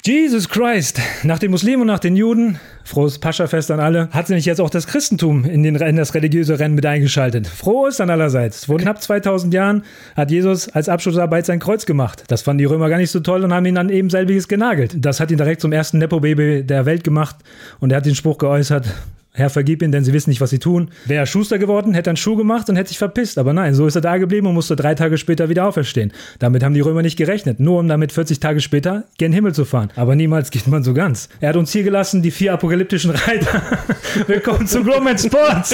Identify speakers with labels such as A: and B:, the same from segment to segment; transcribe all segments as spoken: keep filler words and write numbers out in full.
A: Jesus Christ, nach den Muslimen und nach den Juden, frohes Paschafest an alle, hat nämlich jetzt auch das Christentum in, den, in das religiöse Rennen mit eingeschaltet. Frohes an allerseits. Vor knapp zweitausend Jahren hat Jesus als Abschlussarbeit sein Kreuz gemacht. Das fanden die Römer gar nicht so toll und haben ihn an eben selbiges genagelt. Das hat ihn direkt zum ersten Nepo-Baby der Welt gemacht und er hat den Spruch geäußert: Herr, vergib ihnen, denn sie wissen nicht, was sie tun. Wäre er Schuster geworden, hätte einen Schuh gemacht und hätte sich verpisst. Aber nein, so ist er da geblieben und musste drei Tage später wieder auferstehen. Damit haben die Römer nicht gerechnet, nur um damit vierzig Tage später gen Himmel zu fahren. Aber niemals geht man so ganz. Er hat uns hier gelassen, die vier apokalyptischen Reiter. Willkommen zu Glowman Sports.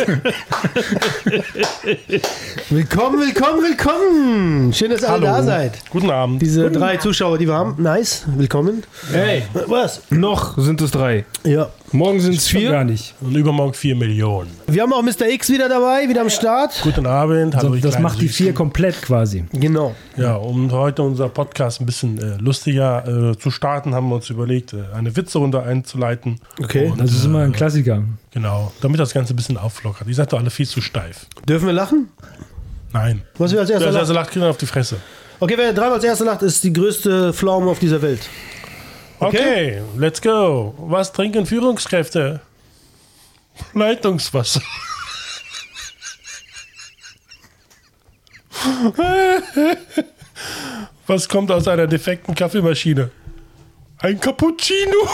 B: Willkommen, willkommen, willkommen. Schön, dass ihr alle da seid.
C: Guten Abend.
B: Diese Guten drei Zuschauer, die wir haben. Nice, willkommen.
D: Hey,
B: was?
D: Noch sind es drei.
B: Ja.
D: Morgen sind es vier.
A: Gar nicht.
C: Und übermorgen vier Millionen.
B: Wir haben auch Mister X wieder dabei, wieder am Start.
C: Guten Abend.
A: Also,
C: Hallo,
A: das macht die vier komplett quasi.
B: Genau.
C: Ja, um heute unser Podcast ein bisschen äh, lustiger äh, zu starten, haben wir uns überlegt, äh, eine Witzerunde einzuleiten.
B: Okay.
C: Und,
A: Das ist immer ein Klassiker.
C: Genau, damit das Ganze ein bisschen auflockert. Ihr seid doch alle viel zu steif.
B: Dürfen wir lachen?
C: Nein.
B: Was wir als
C: Wer
B: erster
C: als erster
B: lacht?
C: lacht, kriegt er auf die Fresse.
B: Okay, wer dreimal als erster lacht, ist die größte Pflaume auf dieser Welt.
C: Okay,
B: Okay.
C: let's go. Was trinken Führungskräfte? Leitungswasser. Was kommt aus einer defekten Kaffeemaschine? Ein Cappuccino.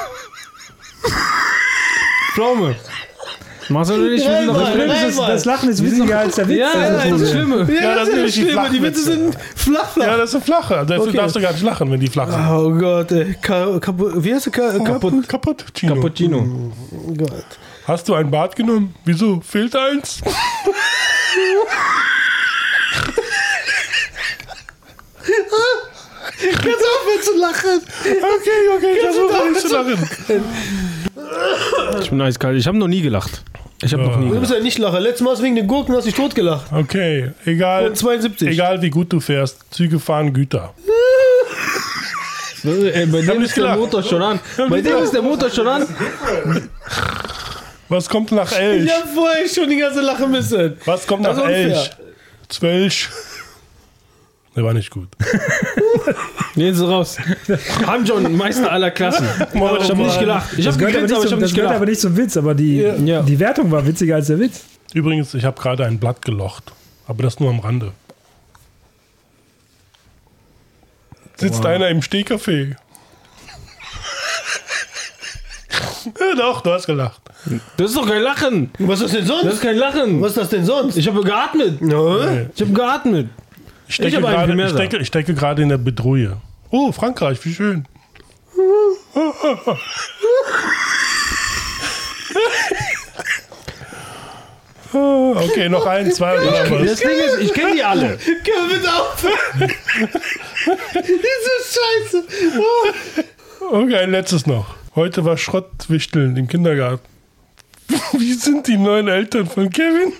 D: Pflaume. Machst du nicht
B: Nein,
D: noch
B: Mann,
D: was
B: nein,
D: Schlimmes?
B: Mann.
A: Das Lachen ist witziger als der Witz.
D: Ja,
A: Das
D: das
A: ist
D: ist das
A: so-
D: Schlimme.
C: Ja, das sind
B: ist
C: nicht die
B: schlimm, die
C: Flachwitze.
B: Witze sind flach, flach.
C: Ja, das sind flache. Also deswegen
B: Okay.
C: darfst du gar nicht lachen, wenn die flach sind.
B: Oh Gott, ey. Ka Kapu wie heißt der? Ka Kapu
C: Cappuccino.
D: Cappuccino.
B: Oh Gott.
C: Hast du ein Bad genommen? Wieso? Fehlt eins?
B: Jetzt aufhören zu lachen.
C: Okay, okay, ich versuche nicht zu lachen.
D: Ich bin eiskalt. Ich habe noch nie gelacht. Ich habe noch nie
B: Du
D: gelacht.
B: bist ja nicht lachen. Letztes Mal hast du wegen den Gurken hast dich totgelacht.
C: Okay, egal.
B: Und zweiundsiebzig.
C: Egal wie gut du fährst, Züge fahren Güter.
D: Ey, bei dem
C: nicht
D: ist der
C: gelacht.
D: Motor schon an. Bei
C: nicht
D: dem
C: gelacht.
D: ist der Motor schon an.
C: Was kommt nach Elch?
B: Ich hab vorher schon die ganze Lache müssen.
C: Was kommt
B: Das
C: nach
B: ist unfair.
C: Elch? Zwölf. Der war nicht gut.
D: Jetzt raus. Haben schon Meister aller Klassen. Ich habe nicht gelacht. Ich
A: Das
D: habe
A: gehört, aber
D: gegrinst,
A: nicht,
D: aber ich
A: zum,
D: habe
A: das
D: nicht
A: gehört aber
D: gelacht.
A: nicht zum Witz, aber die,
D: Ja.
A: die Wertung war witziger als der Witz.
C: Übrigens, ich habe gerade ein Blatt gelocht. Aber das nur am Rande. Sitzt einer im Stehcafé. Ja, doch, du hast gelacht.
D: Das ist doch kein Lachen.
B: Was ist das denn sonst?
D: Das ist kein Lachen.
B: Was ist das denn sonst?
D: Ich habe geatmet.
B: Ja.
D: Ich habe geatmet.
C: Ich stecke,
D: Ich hab einen
C: gerade,
D: Primärsa.
C: ich, stecke, ich stecke gerade in der Bedrohung. Oh, Frankreich, wie schön. Okay, noch ein, zwei oder
D: Das
C: was?
D: Ding ist, ich kenne die alle.
B: Können wir bitte aufhören? Diese Scheiße. Oh.
C: Okay, ein letztes noch. Heute war Schrottwichteln im Kindergarten. Wie sind die neuen Eltern von Kevin?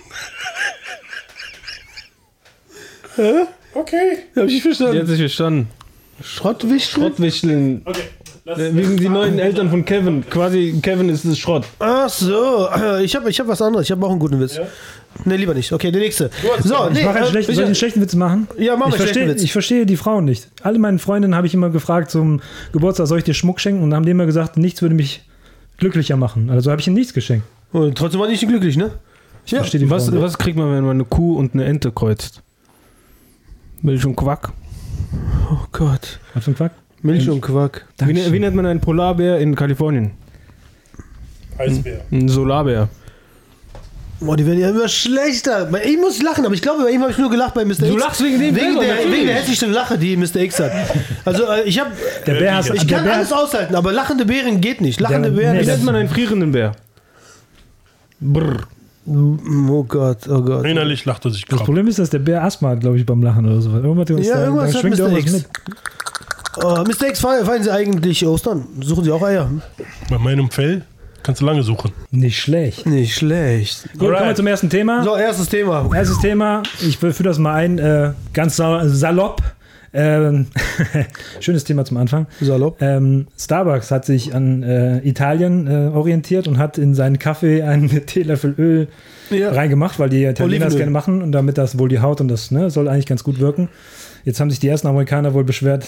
C: Hä? Okay.
B: Hab ich nicht verstanden.
D: Jetzt habe ich verstanden.
B: Schrottwichtel?
D: Schrottwichteln.
C: Okay. Lass,
D: Wir sind die neuen Eltern von Kevin. Quasi, Kevin ist das Schrott.
B: Ach so. Ich habe ich hab was anderes. Ich habe auch einen guten Witz.
C: Ja?
B: Ne, lieber nicht. Okay, der nächste. So,
A: Ich
B: nee,
A: mache einen
B: äh,
A: schlechten, soll ich einen schlechten Witz machen?
B: Ja, mach mal
A: ich
B: einen schlechten
A: verstehe,
B: Witz.
A: ich verstehe die Frauen nicht. Alle meine Freundinnen habe ich immer gefragt zum Geburtstag, soll ich dir Schmuck schenken? Und dann haben die immer gesagt, nichts würde mich glücklicher machen. Also habe ich ihnen nichts geschenkt.
B: Und trotzdem war ich nicht glücklich, ne?
A: Ich verstehe die
D: Was,
A: Frauen.
D: was kriegt man, wenn man eine Kuh und eine Ente kreuzt? Milch und Quack.
B: Oh Gott.
A: Was für ein Quack?
B: Milch und Quack.
D: Wie,
A: Dankeschön.
D: wie nennt man einen Polarbär in Kalifornien?
C: Eisbär.
D: Ein Solarbär.
B: Boah, die werden ja immer schlechter. Ich muss lachen, aber ich glaube, bei ihm habe ich nur gelacht bei Mister
D: Du
B: X.
D: lachst wegen dem
B: wegen
D: selber,
B: der,
D: natürlich.
B: wegen der hässlichen Lache, die Mister X hat. Also äh, ich habe,
A: Der Bär hast,
B: ich
A: der
B: kann
A: Bär,
B: alles aushalten, aber lachende Bären geht nicht. Lachende
A: Der-
B: Bären.
A: nee,
D: Wie
A: das-
D: nennt man einen frierenden Bär? Brrr.
B: Oh Gott, oh Gott.
C: Innerlich lacht er sich
A: das
C: kaum.
A: Problem ist, dass der Bär Asthma hat, glaube ich, beim Lachen oder so. Irgendwas,
B: Ja,
A: da,
B: irgendwas
A: da
B: hat
A: schwingt
B: Mister
A: irgendwas
B: X.
A: mit.
B: Oh, Mister X, feiern feiern Sie eigentlich Ostern? Suchen Sie auch Eier?
C: Bei meinem Fell kannst du lange suchen.
A: Nicht schlecht.
B: Nicht schlecht.
A: Gut, kommen wir zum ersten Thema.
B: So, erstes Thema.
A: Erstes Thema, ich führe das mal ein, äh, ganz sa- salopp. Ähm, schönes Thema zum Anfang.
B: Salopp.
A: Ähm, Starbucks hat sich an äh, Italien äh, orientiert und hat in seinen Kaffee einen Teelöffel Öl
B: Ja.
A: reingemacht, weil die Italiener das
B: Olivenöl.
A: gerne machen und damit das wohl die Haut und das ne, soll eigentlich ganz gut wirken. Jetzt haben sich die ersten Amerikaner wohl beschwert,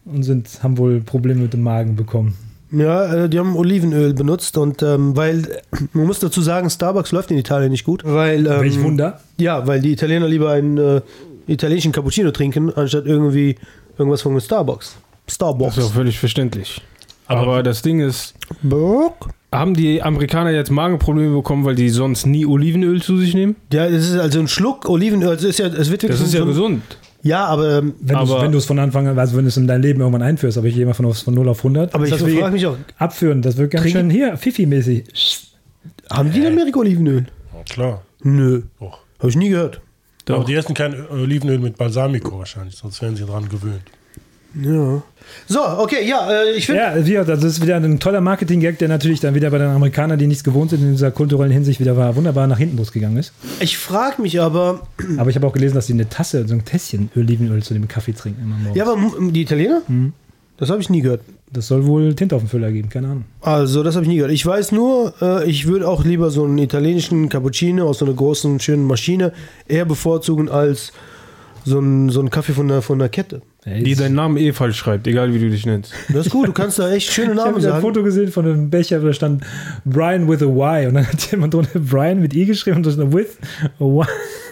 A: und sind, haben wohl Probleme mit dem Magen bekommen.
B: Ja, äh, die haben Olivenöl benutzt und ähm, weil, man muss dazu sagen, Starbucks läuft in Italien nicht gut. Weil, ähm,
A: Welch Wunder.
B: Ja, weil die Italiener lieber einen äh, italienischen Cappuccino trinken, anstatt irgendwie irgendwas von Starbucks. Starbucks.
D: Das ist auch völlig verständlich. Aber, Aber das Ding ist,
B: Bock.
D: haben die Amerikaner jetzt Magenprobleme bekommen, weil die sonst nie Olivenöl zu sich nehmen?
B: Ja, es ist also ein Schluck Olivenöl, also ist ja, es wird
D: Das ist ja
B: so,
D: gesund.
B: Ja, aber, ähm,
A: Wenn
D: Aber-
A: du es von Anfang an, also wenn du es in dein Leben irgendwann einführst, aber ich gehe mal von, von null auf hundert.
B: aber ich
A: das wie
B: frage mich auch,
A: abführen, das wird ganz
B: Trinken-
A: schön hier, Fifi-mäßig.
B: haben die in Amerika Olivenöl?
C: Ja, klar.
B: Nö.
C: Doch.
B: Habe ich nie gehört.
C: Aber die essen kein Olivenöl mit Balsamico wahrscheinlich, sonst wären sie dran gewöhnt.
B: Ja. So, okay, ja, äh, ich finde.
A: Ja, wie, das ist wieder ein toller Marketing-Gag, der natürlich dann wieder bei den Amerikanern, die nichts gewohnt sind in dieser kulturellen Hinsicht, wieder war, wunderbar nach hinten losgegangen ist.
B: Ich frage mich aber.
A: Aber ich habe auch gelesen, dass sie eine Tasse, so ein Tässchen Olivenöl zu dem Kaffee trinken immer morgens.
B: Ja, aber m- die Italiener? Das habe ich nie gehört.
A: Das soll wohl Tinte auf dem Füller geben, keine Ahnung.
B: Also, das habe ich nie gehört. Ich weiß nur, äh, ich würde auch lieber so einen italienischen Cappuccino aus so einer großen, schönen Maschine eher bevorzugen als so einen, so einen Kaffee von der, von der Kette.
A: Ey,
D: Die
A: ich
D: deinen Namen eh falsch schreibt, egal wie du dich nennst.
B: Das ist gut, du kannst da echt schöne
A: ich habe
B: Namen
A: ein
B: sagen.
A: Foto gesehen von einem Becher, da stand Brian with a Y und dann hat jemand drunter Brian mit I geschrieben und da stand with a Y.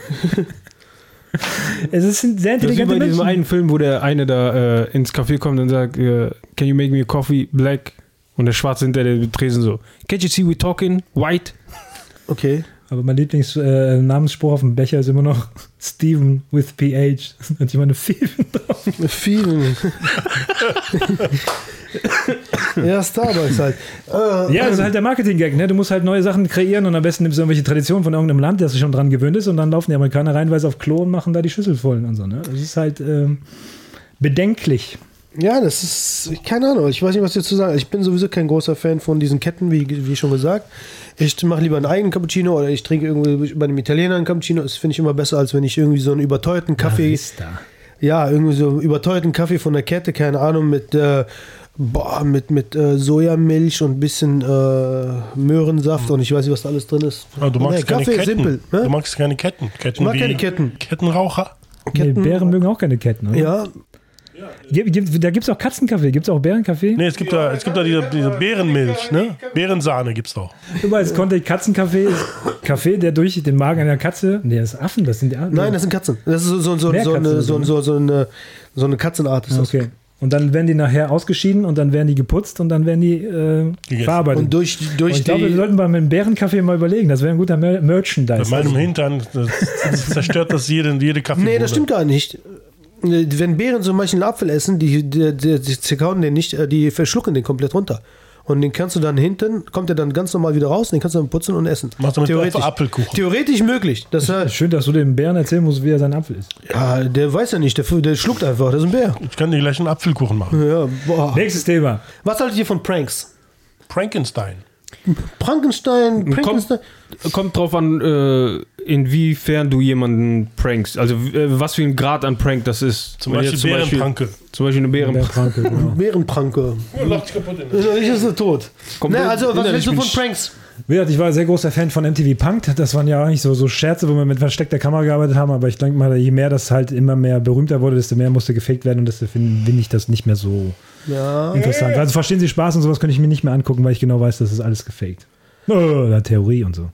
A: Es ist ein sehr
D: Das ist wie
A: intelligente
D: bei diesem
A: Menschen.
D: einen Film, wo der eine da äh, ins Café kommt und sagt, äh, can you make me a coffee black? Und der Schwarze hinter der Tresen so, can't you see we talking white?
B: Okay.
A: Aber mein Lieblings-Namensspruch auf dem Becher ist immer noch Steven with P H. Da hat jemand eine Steven drauf.
B: Vielen. Ja, Starbucks halt. Äh,
A: Ja, das ist halt der Marketing-Gag, ne? Du musst halt neue Sachen kreieren und am besten nimmst du irgendwelche Traditionen von irgendeinem Land, das sich schon dran gewöhnt ist und dann laufen die Amerikaner reinweise auf Klo und machen da die Schüssel voll und so, ne? Das ist halt ähm, bedenklich.
B: Ja, das ist, keine Ahnung, ich weiß nicht, was dazu sagen. Ich bin sowieso kein großer Fan von diesen Ketten, wie, wie schon gesagt. Ich mache lieber einen eigenen Cappuccino oder ich trinke irgendwie bei einem Italiener einen Cappuccino. Das finde ich immer besser, als wenn ich irgendwie so einen überteuerten Kaffee,
A: Barista.
B: ja, irgendwie so einen überteuerten Kaffee von der Kette, keine Ahnung, mit, äh, boah, mit, mit äh, Sojamilch und ein bisschen äh, Möhrensaft und ich weiß nicht, was da alles drin ist.
C: Aber du magst
B: Nee,
C: keine
B: Kaffee ist
C: Ketten.
B: simpel.
C: Du
B: Ne?
C: magst keine Ketten. Ketten
B: Ich mag
C: wie
B: keine Ketten.
C: Kettenraucher.
A: Nee,
B: Ketten-
A: Bären mögen auch keine Ketten, oder?
B: Ja,
A: Gibt- gibt- Da gibt es auch Katzenkaffee. Gibt es auch Bärenkaffee?
C: Nee, es gibt da, es gibt da diese, diese Beerenmilch, ne? Beerensahne gibt's auch.
A: Überall ist Conte Katzenkaffee. Ist Kaffee, der durch den Magen einer Katze. Nee, das ist Affen, das sind die Affen.
B: nein, das sind Katzen. Das ist so, so, so, so,
A: Meerkatze,
B: eine, so, so, so, eine, so eine Katzenart. Ist das.
A: Okay. Und dann werden die nachher ausgeschieden und dann werden die geputzt und dann werden die äh,
C: Gegessen.
A: verarbeitet.
B: Und durch,
A: Und
B: durch
A: ich glaube, wir
B: die.
A: sollten mal mit dem Bärenkaffee mal überlegen. Das wäre ein guter Mer Merchandise.
C: Bei meinem Hintern das, das zerstört das jede, jede Kaffeebude.
B: Nee, das stimmt gar nicht. Wenn Bären zum Beispiel einen Apfel essen, die, die, die, die zerkauen den nicht, äh, die verschlucken den komplett runter. Und den kannst du dann hinten, kommt der dann ganz normal wieder raus, den kannst du dann putzen und essen.
C: Machst du mit
B: Theoretisch,
C: Apfelkuchen.
B: theoretisch möglich. Das, äh,
A: Schön, dass du dem Bären erzählen musst, wie er sein Apfel ist.
B: ja, der weiß ja nicht, der, der schluckt einfach, das ist ein Bär.
C: Ich kann dir gleich einen Apfelkuchen machen.
B: Ja, boah.
A: Nächstes Thema.
B: Was haltet ihr von Pranks?
C: Frankenstein.
B: Frankenstein,
D: Kommt,
B: Frankenstein.
D: kommt drauf an, äh, inwiefern du jemanden prankst. Also äh, was für ein Grad an Prank das ist.
C: Zum
D: Wenn
C: Beispiel
D: jetzt zum Beispiel,
C: Bärenpranke.
D: zum Beispiel eine Bärenpranke.
A: Bärenpranke, genau.
B: Bärenpranke.
C: Oh, lacht dich kaputt in
B: Ich ist so tot.
D: Kommt
B: Ne, also, was
D: innerlich
B: willst du von
D: bin ich-
B: Pranks?
A: Wie gesagt, ich war ein sehr großer Fan von M T V Punk. Das waren ja eigentlich so, so Scherze, wo wir mit versteckter Kamera gearbeitet haben. Aber ich denke mal, je mehr das halt immer mehr berühmter wurde, desto mehr musste gefaked werden. Und desto finde find ich das nicht mehr so
B: Ja.
A: interessant. Also verstehen Sie Spaß und sowas könnte ich mir nicht mehr angucken, weil ich genau weiß, das ist alles gefaked. Oh, da Theorie und so.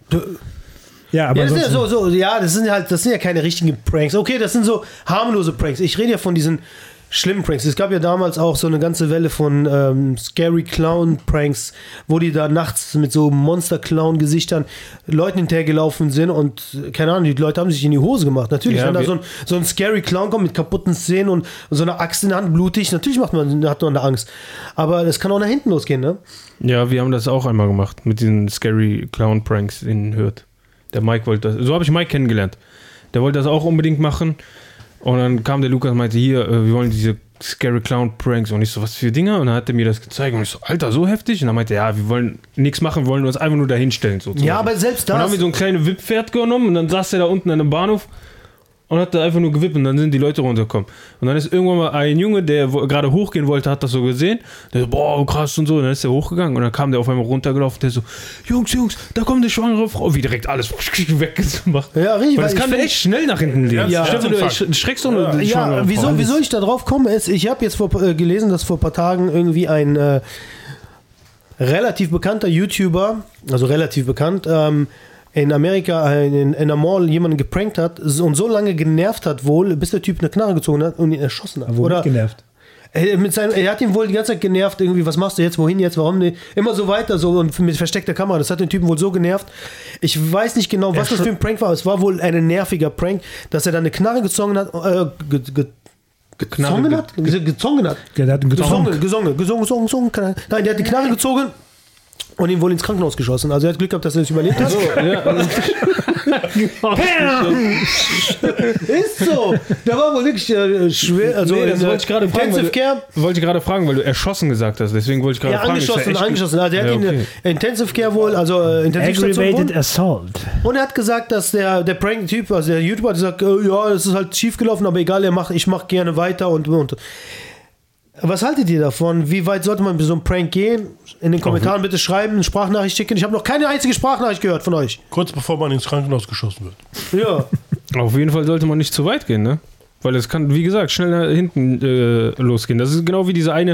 A: Ja, aber
B: Ja, das sind ja
A: ansonsten-
B: so, so, ja, das sind halt, das sind ja keine richtigen Pranks. Okay, das sind so harmlose Pranks. Ich rede ja von diesen schlimmen Pranks. Es gab ja damals auch so eine ganze Welle von ähm, Scary Clown Pranks, wo die da nachts mit so Monster-Clown-Gesichtern Leuten hinterhergelaufen sind und äh, keine Ahnung, die Leute haben sich in die Hose gemacht. Natürlich,
D: Ja,
B: wenn da
D: wir-
B: so ein, so ein Scary Clown kommt mit kaputten Zähnen und so eine Axt in der Hand, blutig, natürlich macht man, hat man da Angst. Aber das kann auch nach hinten losgehen, ne?
D: Ja, wir haben das auch einmal gemacht mit diesen Scary Clown Pranks in Hürth. Der Mike wollte das. So habe ich Mike kennengelernt. Der wollte das auch unbedingt machen. Und dann kam der Lukas und meinte, hier, äh, wir wollen diese Scary Clown Pranks. Und ich so, was für Dinger? Und dann hat er mir das gezeigt. Und ich so, Alter, so heftig? Und dann meinte er, ja, wir wollen nichts machen, wir wollen uns einfach nur dahin stellen. Sozusagen.
B: Ja, aber selbst
D: Und dann
B: das.
D: haben wir so ein kleines Wipppferd genommen und dann saß er da unten an einem Bahnhof und hat da einfach nur gewippt und dann sind die Leute runtergekommen. Und dann ist irgendwann mal ein Junge, der wo, gerade hochgehen wollte, hat das so gesehen. Der so, boah, krass und so. Und dann ist der hochgegangen und dann kam der auf einmal runtergelaufen. Der so, Jungs, Jungs, da kommt eine schwangere Frau. Wie direkt alles weggemacht.
B: Ja, richtig.
D: Weil das kann echt schnell nach hinten liegen.
B: Ja,
D: Stefan, du sch- schreckst doch eine
B: Ja,
D: schwangere
B: wieso,
D: Frau.
B: wieso ich da drauf komme, ist, ich habe jetzt vor, äh, gelesen, dass vor ein paar Tagen irgendwie ein äh, relativ bekannter YouTuber, also relativ bekannt, ähm, in Amerika in, in einer Mall jemanden geprankt hat und so lange genervt hat wohl, bis der Typ eine Knarre gezogen hat und ihn erschossen hat.
A: Aber
B: Oder
A: genervt.
B: er, mit seinem, er hat ihn wohl die ganze Zeit genervt, irgendwie, was machst du jetzt, wohin jetzt, warum nicht? Immer so weiter, so und mit versteckter Kamera. Das hat den Typen wohl so genervt. Ich weiß nicht genau, was das für ein Prank war. Es war wohl ein nerviger Prank, dass er dann eine Knarre gezogen hat, äh, ge, ge, gezongen hat? Ge, gezongen hat?
A: Der hat einen
B: Gesungen,
A: getrunken.
B: gesungen, gesungen, gesungen, gesungen. Nein, der hat die Knarre gezogen und ihn wohl ins Krankenhaus geschossen. Also er hat Glück gehabt, dass er es überlebt hat. Ist so. Der war wohl wirklich äh, schwer. Also
D: Nee, das
B: in,
D: wollte ich gerade fragen,
B: Intensive
D: weil
B: Care.
D: Wollte ich gerade fragen, weil du erschossen gesagt hast. Deswegen wollte ich gerade
B: Ja,
D: fragen. ist ja
B: angeschossen,
D: echt-
B: angeschossen. Also der
D: Ja,
B: hat ihn
D: okay.
B: äh, Intensive Care wohl, also äh, Intensivstation
A: Aggravated
B: wohl.
A: Assault.
B: Und er hat gesagt, dass der, der Prank-Typ, also der YouTuber, hat gesagt, äh, ja, das ist halt schief gelaufen, aber egal, er macht, ich mache gerne weiter und, und. Was haltet ihr davon? Wie weit sollte man mit so einem Prank gehen? In den Kommentaren bitte schreiben, eine Sprachnachricht schicken. Ich habe noch keine einzige Sprachnachricht gehört von euch.
C: Kurz bevor man ins Krankenhaus geschossen wird.
B: Ja.
D: Auf jeden Fall sollte man nicht zu weit gehen, ne? Weil es kann, wie gesagt, schnell nach hinten äh, losgehen. Das ist genau wie dieser eine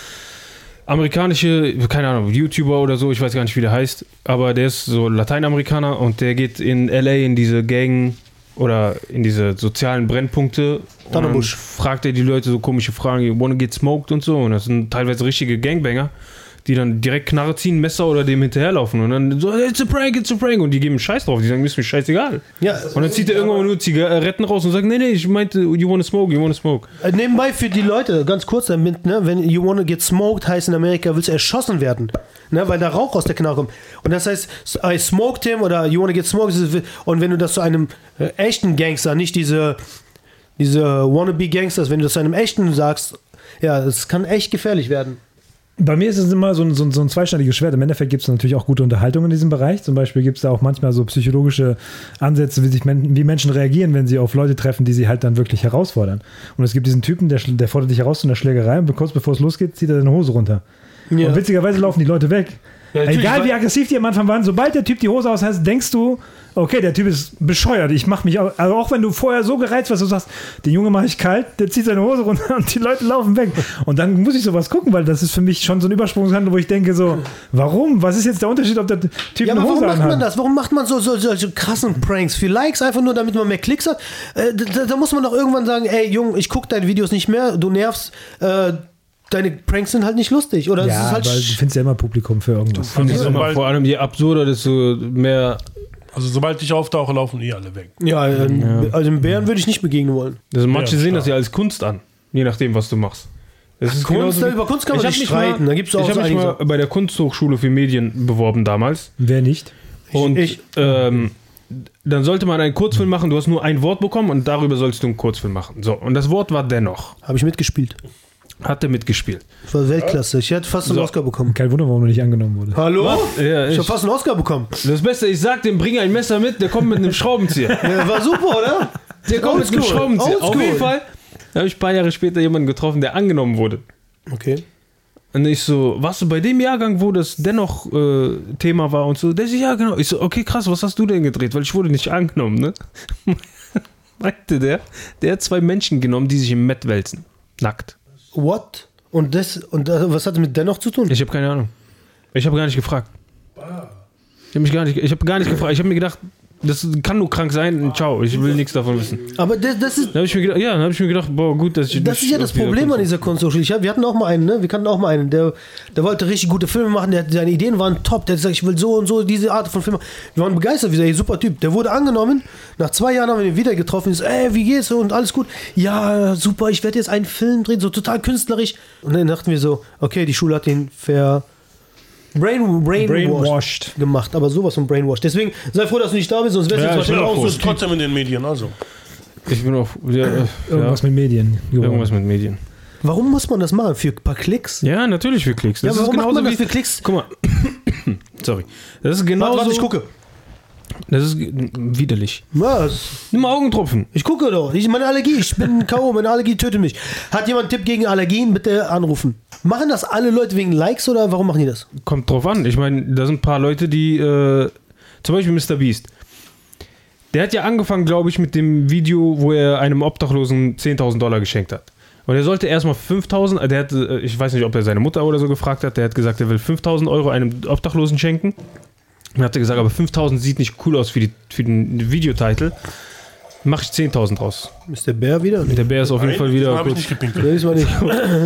D: amerikanische, keine Ahnung, YouTuber oder so, ich weiß gar nicht, wie der heißt, aber der ist so Lateinamerikaner und der geht in L A in diese Gang oder in diese sozialen Brennpunkte und dann
B: Donnerbusch.
D: fragt er die Leute so komische Fragen, you wanna get smoked und so und das sind teilweise richtige Gangbanger, die dann direkt Knarre ziehen, Messer oder dem hinterherlaufen und dann so, it's a prank, it's a prank und die geben Scheiß drauf, die sagen, mir ist mir scheißegal.
B: Ja,
D: Und dann zieht er irgendwann nur Zigaretten raus und sagt, nee, nee, ich meinte, you wanna smoke, you wanna smoke.
B: äh, nebenbei für die Leute, ganz kurz damit, ne, wenn you wanna get smoked heißt in Amerika, willst du erschossen werden. Ne, weil da Rauch aus der Knarre kommt. Und das heißt, I smoked him oder you wanna get smoked. Und wenn du das zu einem äh, echten Gangster, nicht diese, diese Wannabe-Gangsters, wenn du das zu einem echten sagst, ja, das kann echt gefährlich werden.
A: Bei mir ist es immer so ein, so ein, so ein zweischneidiges Schwert. Im Endeffekt gibt es natürlich auch gute Unterhaltung in diesem Bereich. Zum Beispiel gibt es da auch manchmal so psychologische Ansätze, wie, sich Men- wie Menschen reagieren, wenn sie auf Leute treffen, die sie halt dann wirklich herausfordern. Und es gibt diesen Typen, der, der fordert dich heraus zu einer Schlägerei und kurz bevor es losgeht, zieht er seine Hose runter.
B: Ja.
A: Und witzigerweise laufen die Leute weg.
B: Ja, natürlich,
A: Egal wie
B: weil-
A: aggressiv die am Anfang waren, sobald der Typ die Hose aus hat, denkst du, okay, der Typ ist bescheuert, ich mach mich auch, also auch wenn du vorher so gereizt warst, du sagst, den Junge mache ich kalt, der zieht seine Hose runter und die Leute laufen weg. Und dann muss ich sowas gucken, weil das ist für mich schon so ein Übersprungshandel, wo ich denke so, warum? Was ist jetzt der Unterschied, ob der Typ
B: Ja,
A: eine
B: aber
A: Hose
B: warum macht man
A: anhat?
B: das? Warum macht man so, so solche krassen Pranks? Für Likes einfach nur, damit man mehr Klicks hat? Äh, da, da muss man doch irgendwann sagen, ey, Junge, ich gucke deine Videos nicht mehr, du nervst, äh, deine Pranks sind halt nicht lustig. Oder es
A: Ja,
B: ist halt
A: aber du findest ja immer Publikum für irgendwas.
C: Also
D: Immer,
C: sobald,
D: vor allem je absurder, desto mehr.
C: also sobald ich auftauche, laufen die alle weg.
B: ja, äh, also einem Bären würde ich nicht begegnen wollen.
D: Also manche
C: Ja,
D: sehen
C: klar.
D: das ja als Kunst an, je nachdem, was du machst. Das ist
B: Kunst,
D: genauso wie-
B: über Kunst kann man
D: Ich
B: sich
D: hab mich
B: streiten.
D: Mal,
B: Da gibt's auch
D: ich
B: so
D: habe mich
B: einige
D: mal bei der Kunsthochschule für Medien beworben damals.
A: Wer nicht?
D: Und
B: ich-
D: ähm, dann sollte man einen Kurzfilm machen. Du hast nur ein Wort bekommen und darüber sollst du einen Kurzfilm machen. So, und das Wort war dennoch.
B: Habe ich mitgespielt.
D: Hat er mitgespielt.
B: Das war Weltklasse. Ich hätte fast einen
D: So.
B: Oscar bekommen.
A: Kein Wunder, warum du nicht angenommen wurdest.
B: Hallo?
D: Ja,
B: Ich
D: ich,
B: habe fast einen Oscar bekommen.
D: das Beste, ich sag dem, bring ein Messer mit, der kommt mit einem Schraubenzieher.
B: Ja, war super, oder?
D: Der kommt mit einem
B: Oldschool.
D: Schraubenzieher. Auf
B: Oldschool.
D: jeden Fall habe ich ein paar Jahre später jemanden getroffen, der angenommen wurde.
B: Okay.
D: Und ich so, warst du bei dem Jahrgang, wo das dennoch äh, Thema war und so? Der so, ja, genau. Ich so, okay, krass, was hast du denn gedreht? Weil ich wurde nicht angenommen, ne? Meinte der, der hat zwei Menschen genommen, die sich im Met wälzen. Nackt.
B: What? Und das und das, was hat das mit dennoch zu tun?
D: Ich habe keine Ahnung. Ich habe gar nicht gefragt. Ich habe mich gar nicht, ich habe gar nicht gefragt. Ich habe mir gedacht, das kann nur krank sein. Ciao, ich will nichts davon wissen.
B: Aber das, das ist
D: Dann habe ich mir gedacht, ja, dann habe ich mir gedacht, boah, gut, dass ich
B: Das
D: nicht
B: ist ja das
D: auf dieser
B: Problem an
D: Kunst-
B: dieser Kunsthochschule. Ich hab, wir hatten auch mal einen, ne? Wir kannten auch mal einen, der, der wollte richtig gute Filme machen, der, seine Ideen waren top, der hat gesagt, ich will so und so diese Art von Filmen. Wir waren begeistert, wie der super Typ. Der wurde angenommen, nach zwei Jahren haben wir ihn wieder getroffen, ich so, ey, wie geht's und alles gut. Ja, super, ich werde jetzt einen Film drehen, so total künstlerisch. Und dann dachten wir so, okay, die Schule hat ihn ver... Brain, brainwashed,
A: Brainwashed.
B: gemacht, aber sowas von Brainwashed. Deswegen sei froh, dass du nicht da bist, sonst wärst du
D: Ja,
B: jetzt
D: ich bin
B: wahrscheinlich
D: auch
B: auch
C: Du
B: so
C: bist trotzdem in den Medien, also.
D: Ich bin auch, ja, äh,
A: Irgendwas
D: ja,
A: mit Medien. geworden.
D: irgendwas mit Medien.
B: Warum muss man das machen? Für ein paar Klicks?
D: Ja, natürlich für Klicks. Das
B: Ja,
D: ist
B: warum macht
D: genauso
B: man das
D: wie,
B: für Klicks?
D: Guck mal. Sorry. Das ist
B: Warte,
D: genauso.
B: warte, ich gucke.
D: Das ist widerlich.
B: Was?
D: Nimm mal Augentropfen.
B: Ich gucke doch. Ich meine Allergie. Ich bin K O. Meine Allergie tötet mich. Hat jemand einen Tipp gegen Allergien? Bitte anrufen. Machen das alle Leute wegen Likes oder warum machen die das?
D: Kommt drauf an. Ich meine, da sind ein paar Leute, die, äh, zum Beispiel Mister Beast. Der hat ja angefangen, glaube ich, mit dem Video, wo er einem Obdachlosen zehntausend Dollar geschenkt hat. Und er sollte erstmal fünftausend, der hat, ich weiß nicht, ob er seine Mutter oder so gefragt hat, der hat gesagt, er will fünftausend Euro einem Obdachlosen schenken. Und hat er gesagt, aber fünftausend sieht nicht cool aus für, die, für den Videotitel. Mach ich zehntausend raus.
B: Ist der Bär wieder?
D: Der Bär ist auf jeden
C: Nein,
D: Fall wieder.
C: habe ich nicht gepinkelt.
B: Nee, ist mal nicht.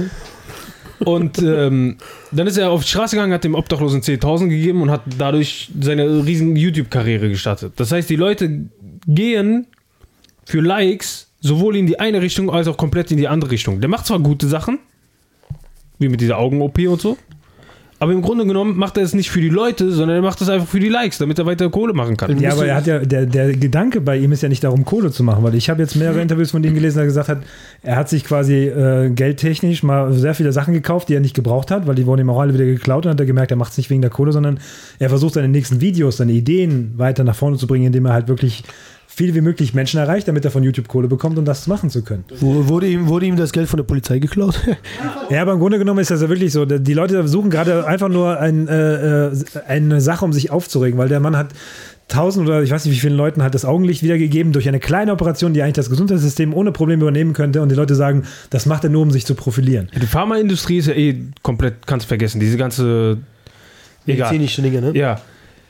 D: Und ähm, dann ist er auf die Straße gegangen, hat dem Obdachlosen zehntausend gegeben und hat dadurch seine riesen YouTube-Karriere gestartet. Das heißt, die Leute gehen für Likes sowohl in die eine Richtung als auch komplett in die andere Richtung. Der macht zwar gute Sachen, wie mit dieser Augen-O P und so, aber im Grunde genommen macht er es nicht für die Leute, sondern er macht es einfach für die Likes, damit er weiter Kohle machen kann.
A: Ja, aber er hat ja, der, der Gedanke bei ihm ist ja nicht darum, Kohle zu machen, weil ich habe jetzt mehrere Interviews von ihm gelesen, der gesagt hat, er hat sich quasi äh, geldtechnisch mal sehr viele Sachen gekauft, die er nicht gebraucht hat, weil die wurden ihm auch alle wieder geklaut und hat er gemerkt, er macht es nicht wegen der Kohle, sondern er versucht seine nächsten Videos, seine Ideen weiter nach vorne zu bringen, indem er halt wirklich viel wie möglich Menschen erreicht, damit er von YouTube Kohle bekommt, um das machen zu können.
B: Wurde ihm, wurde ihm das Geld von der Polizei geklaut?
A: Ja, aber im Grunde genommen ist das ja wirklich so. Die Leute suchen gerade einfach nur ein, äh, eine Sache, um sich aufzuregen, weil der Mann hat tausend oder ich weiß nicht wie vielen Leuten hat das Augenlicht wiedergegeben durch eine kleine Operation, die eigentlich das Gesundheitssystem ohne Probleme übernehmen könnte und die Leute sagen, das macht er nur, um sich zu profilieren.
D: Die Pharmaindustrie ist ja eh komplett, kannst du vergessen, diese ganze
B: medizinische Dinge, ne?
D: Ja.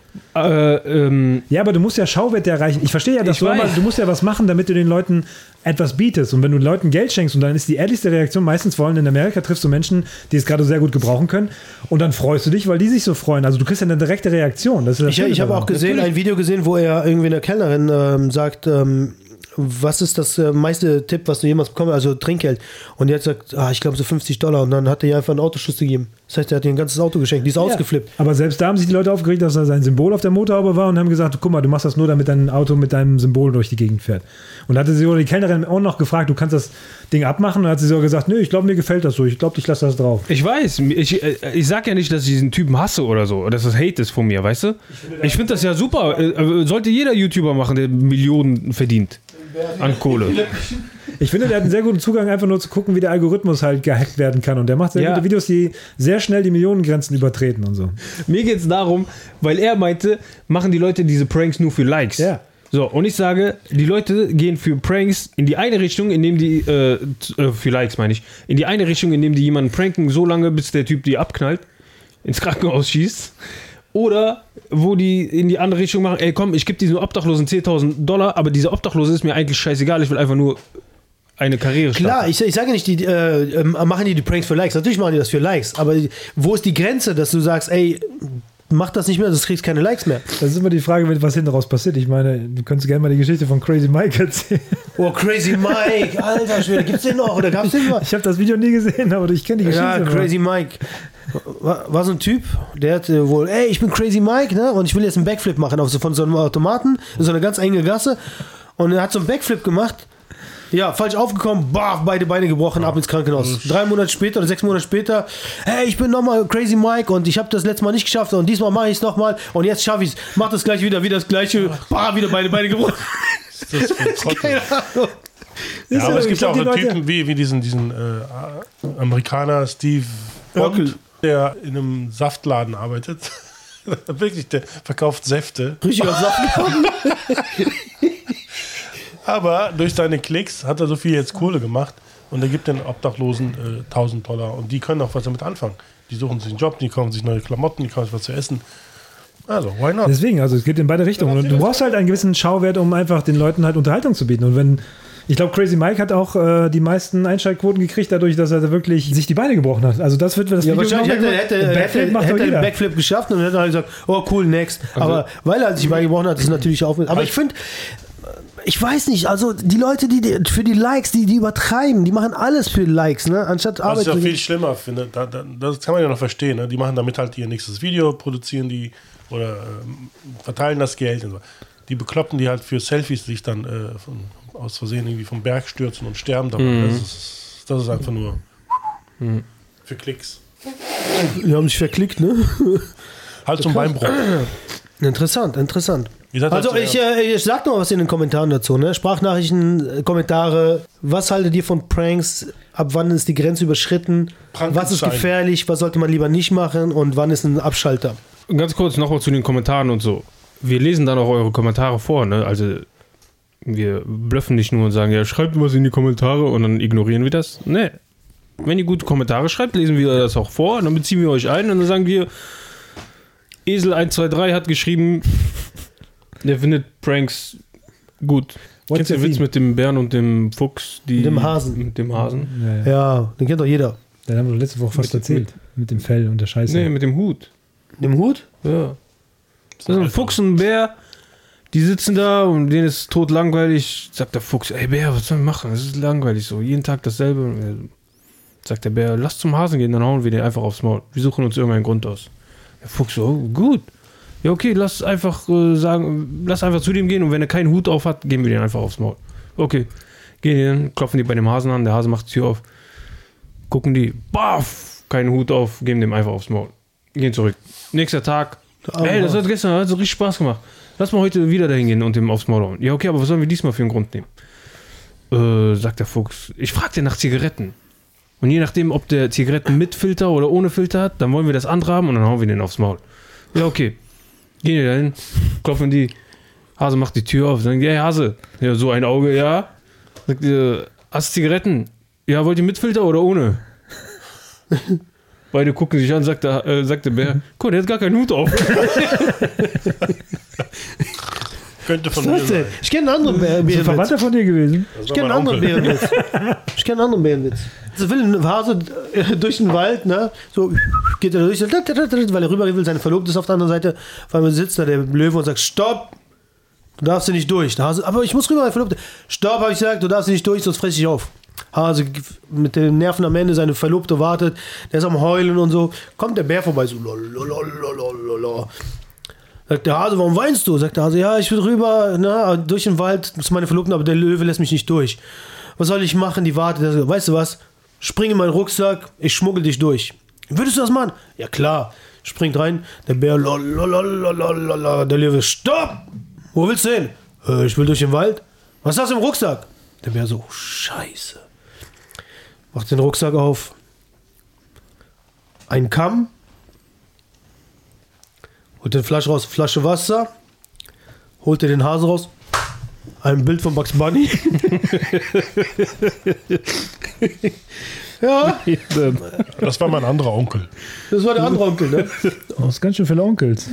D: Äh, ähm,
A: ja, aber du musst ja Schauwerte erreichen. Ich verstehe ja, dass du, aber, du musst ja was machen, damit du den Leuten etwas bietest. Und wenn du Leuten Geld schenkst und dann ist die ehrlichste Reaktion meistens vor allem in Amerika, triffst du Menschen, die es gerade sehr gut gebrauchen können und dann freust du dich, weil die sich so freuen. Also du kriegst ja eine direkte Reaktion. Das ist das
B: ich ich habe auch gesehen, Natürlich. ein Video gesehen, wo er irgendwie einer Kellnerin ähm, sagt, ähm, was ist das äh, meiste Tipp, was du jemals bekommst, also Trinkgeld. Und die hat gesagt, ah, ich glaube so fünfzig Dollar und dann hat er ihr einfach einen Autoschuss gegeben. Das heißt, er hat ihr ein ganzes Auto geschenkt, die ist ja ausgeflippt.
A: Aber selbst da haben sich die Leute aufgeregt, dass da sein Symbol auf der Motorhaube war und haben gesagt, guck mal, du machst das nur, damit dein Auto mit deinem Symbol durch die Gegend fährt. Und da hatte sie oder die Kellnerin auch noch gefragt, du kannst das Ding abmachen und dann hat sie so gesagt, nö, ich glaube, mir gefällt das so, ich glaube, ich lasse das drauf.
D: Ich weiß, ich, ich sag ja nicht, dass ich diesen Typen hasse oder so, dass das Hate ist von mir, weißt du? Ich finde das ja super, sollte jeder YouTuber machen, der Millionen verdient an Kohle.
A: Ich finde, der hat einen sehr guten Zugang, einfach nur zu gucken, wie der Algorithmus halt gehackt werden kann. Und der macht sehr ja. gute Videos, die sehr schnell die Millionengrenzen übertreten und so.
D: Mir geht es darum, weil er meinte, machen die Leute diese Pranks nur für Likes.
A: Ja.
D: So, und ich sage, die Leute gehen für Pranks in die eine Richtung, indem die, äh, für Likes meine ich, in die eine Richtung, indem die jemanden pranken, so lange, bis der Typ die abknallt, ins Krankenhaus schießt. Oder wo die in die andere Richtung machen, ey komm, ich gebe diesen Obdachlosen zehntausend Dollar, aber dieser Obdachlose ist mir eigentlich scheißegal, ich will einfach nur eine Karriere starten.
B: Klar, ich, ich sage nicht, die äh, machen die die Pranks für Likes, natürlich machen die das für Likes, aber wo ist die Grenze, dass du sagst, ey, mach das nicht mehr, sonst kriegst keine Likes mehr.
A: Das ist immer die Frage, was hinten raus passiert. Ich meine, du könntest gerne mal die Geschichte von Crazy Mike erzählen.
B: Oh, Crazy Mike, alter Schwede, gibt's den noch oder gab's den mal?
A: Ich habe das Video nie gesehen, aber ich kenne die Geschichte.
B: Ja, Crazy Mike. War, war so ein Typ, der hatte wohl, ey, ich bin Crazy Mike, ne? Und ich will jetzt einen Backflip machen auf so, von so einem Automaten, in so eine ganz enge Gasse. Und er hat so einen Backflip gemacht. Ja, falsch aufgekommen, bah, beide Beine gebrochen, ab ins Krankenhaus. Drei Monate später oder sechs Monate später, hey, ich bin nochmal Crazy Mike und ich habe das letzte Mal nicht geschafft und diesmal mache ich es nochmal und jetzt schaffe ich es. Mach das gleich wieder, wieder das gleiche, bah, wieder beide Beine gebrochen.
C: Das ist für Trottel. Ja, aber es gibt ja auch so Typen wie, wie diesen, diesen äh, Amerikaner Steve Bond, der in einem Saftladen arbeitet. Wirklich, der verkauft Säfte.
B: Richtiger Saftladen.
C: Aber durch seine Klicks hat er so viel jetzt Kohle gemacht und er gibt den Obdachlosen äh, tausend Dollar und die können auch was damit anfangen. Die suchen sich einen Job, die kaufen sich neue Klamotten, die kaufen sich was zu essen. Also, why not?
A: Deswegen, also es geht in beide Richtungen. Und du brauchst halt einen gewissen Schauwert, um einfach den Leuten halt Unterhaltung zu bieten. Und wenn, ich glaube, Crazy Mike hat auch äh, die meisten Einschaltquoten gekriegt, dadurch, dass er wirklich sich die Beine gebrochen hat. Also das wird das
B: ja, Video wahrscheinlich hätte, hätte, hätte, hätte, hätte er einen Backflip geschafft und dann hätte er gesagt, oh cool, next. Also, aber weil er sich die Beine gebrochen hat, ist natürlich auch. Aber ich finde, ich weiß nicht, also die Leute, die, die für die Likes, die, die übertreiben, die machen alles für Likes, ne? Anstatt Arbeit.
C: Was ich auch viel schlimmer finde, da, da, das kann man ja noch verstehen, ne? Die machen damit halt ihr nächstes Video, produzieren die oder ähm, verteilen das Geld. Und so. Die bekloppen die halt für Selfies, sich dann äh, von, aus Versehen irgendwie vom Berg stürzen und sterben dabei. Mhm. Das, ist, das ist einfach nur mhm. für Klicks.
B: Die haben sich verklickt, ne?
C: Halt zum Beinbruch.
B: Interessant, interessant.
C: Ihr seid
B: Also
C: halt,
B: ich, äh, ich sag noch was in den Kommentaren dazu, ne? Sprachnachrichten, äh, Kommentare, was haltet ihr von Pranks? Ab wann ist die Grenze überschritten? Was ist gefährlich? Was sollte man lieber nicht machen? Und wann ist ein Abschalter?
D: Ganz kurz nochmal zu den Kommentaren und so. Wir lesen dann auch eure Kommentare vor, ne? Also wir blöffen nicht nur und sagen, ja, schreibt was in die Kommentare und dann ignorieren wir das. Ne. Wenn ihr gute Kommentare schreibt, lesen wir das auch vor und dann beziehen wir euch ein und dann sagen wir, Esel eins zwei drei hat geschrieben, der findet Pranks gut. Kennst du den Witz mit dem Bären und dem Fuchs? Die,
B: mit dem Hasen.
D: Mit dem Hasen.
A: Ja, ja.
B: Ja, den kennt doch jeder.
A: Den haben wir letzte Woche fast
D: Mit-
A: erzählt. Mit, dem Fell und der Scheiße.
D: Nee, mit dem Hut.
B: Mit dem Hut?
D: Ja. Das ist ein Fuchs und ein Bär, die sitzen da und denen ist tot langweilig. Sagt der Fuchs, ey Bär, was sollen wir machen? Das ist langweilig so. Jeden Tag dasselbe. Sagt der Bär, lass zum Hasen gehen, dann hauen wir den einfach aufs Maul. Wir suchen uns irgendeinen Grund aus. Der Fuchs so, oh, gut. Ja, okay, lass einfach äh, sagen, lass einfach zu dem gehen und wenn er keinen Hut auf hat, geben wir den einfach aufs Maul. Okay. Gehen die hin, klopfen die bei dem Hasen an, der Hase macht die Tür auf. Gucken die, baff, keinen Hut auf, geben dem einfach aufs Maul. Gehen zurück. Nächster Tag. Ey, das hat gestern hat so richtig Spaß gemacht. Lass mal heute wieder dahin gehen und dem aufs Maul hauen. Ja, okay, aber was sollen wir diesmal für einen Grund nehmen? Äh, sagt der Fuchs. Ich frag dir nach Zigaretten. Und je nachdem, ob der Zigaretten mit Filter oder ohne Filter hat, dann wollen wir das andere haben und dann hauen wir den aufs Maul. Ja, okay. Gehen die dahin, klopfen die. Hase macht die Tür auf. Sagen die, hey Hase, ja, so ein Auge, ja. Sagt ihr, hast du Zigaretten? Ja, wollt ihr mit Filter oder ohne? Beide gucken sich an, sagt der, äh, sagt der Bär, guck, der hat gar keinen Hut auf.
C: Könnte von
B: Was
C: mir
B: denn?
C: sein.
B: Ich kenne einen anderen Bär-
A: Ist ein
B: Bärenwitz.
A: Verwandter von dir gewesen?
C: Das
B: Ich
C: war
B: kenne
C: mein
B: einen anderen
C: Onkel.
B: Bärenwitz. Ich kenne einen anderen Bärenwitz. So will ein Hase äh, durch den Wald, ne? So geht er durch, so, weil er rüber will, seine Verlobte ist auf der anderen Seite. Vor allem sitzt da der Löwe und sagt, stopp! Du darfst hier nicht durch. Der Hase, aber ich muss rüber, meine Verlobte. Stopp, habe ich gesagt, du darfst hier nicht durch, sonst fress ich auf. Hase mit den Nerven am Ende, seine Verlobte wartet, der ist am Heulen und so. Kommt der Bär vorbei, so lololololololol. Sagt der Hase, warum weinst du? Sagt der Hase, ja, ich will rüber, na, durch den Wald, das ist meine Verlobte, aber der Löwe lässt mich nicht durch. Was soll ich machen? Die wartet. Der sagt, weißt du was? Spring in meinen Rucksack, ich schmuggel dich durch. Würdest du das machen? Ja, klar. Springt rein, der Bär, lolololololol. Der Löwe, stopp! Wo willst du hin? Äh, ich will durch den Wald. Was hast du im Rucksack? Der Bär so, scheiße. Macht den Rucksack auf. Ein Kamm. Holt den Flasche raus, Flasche Wasser. Holt er den Hasen raus. Ein Bild von Bugs Bunny. Ja,
C: Das war mein anderer Onkel.
B: das war der andere Onkel, ne?
A: Oh, das ist ganz schön viele Onkels.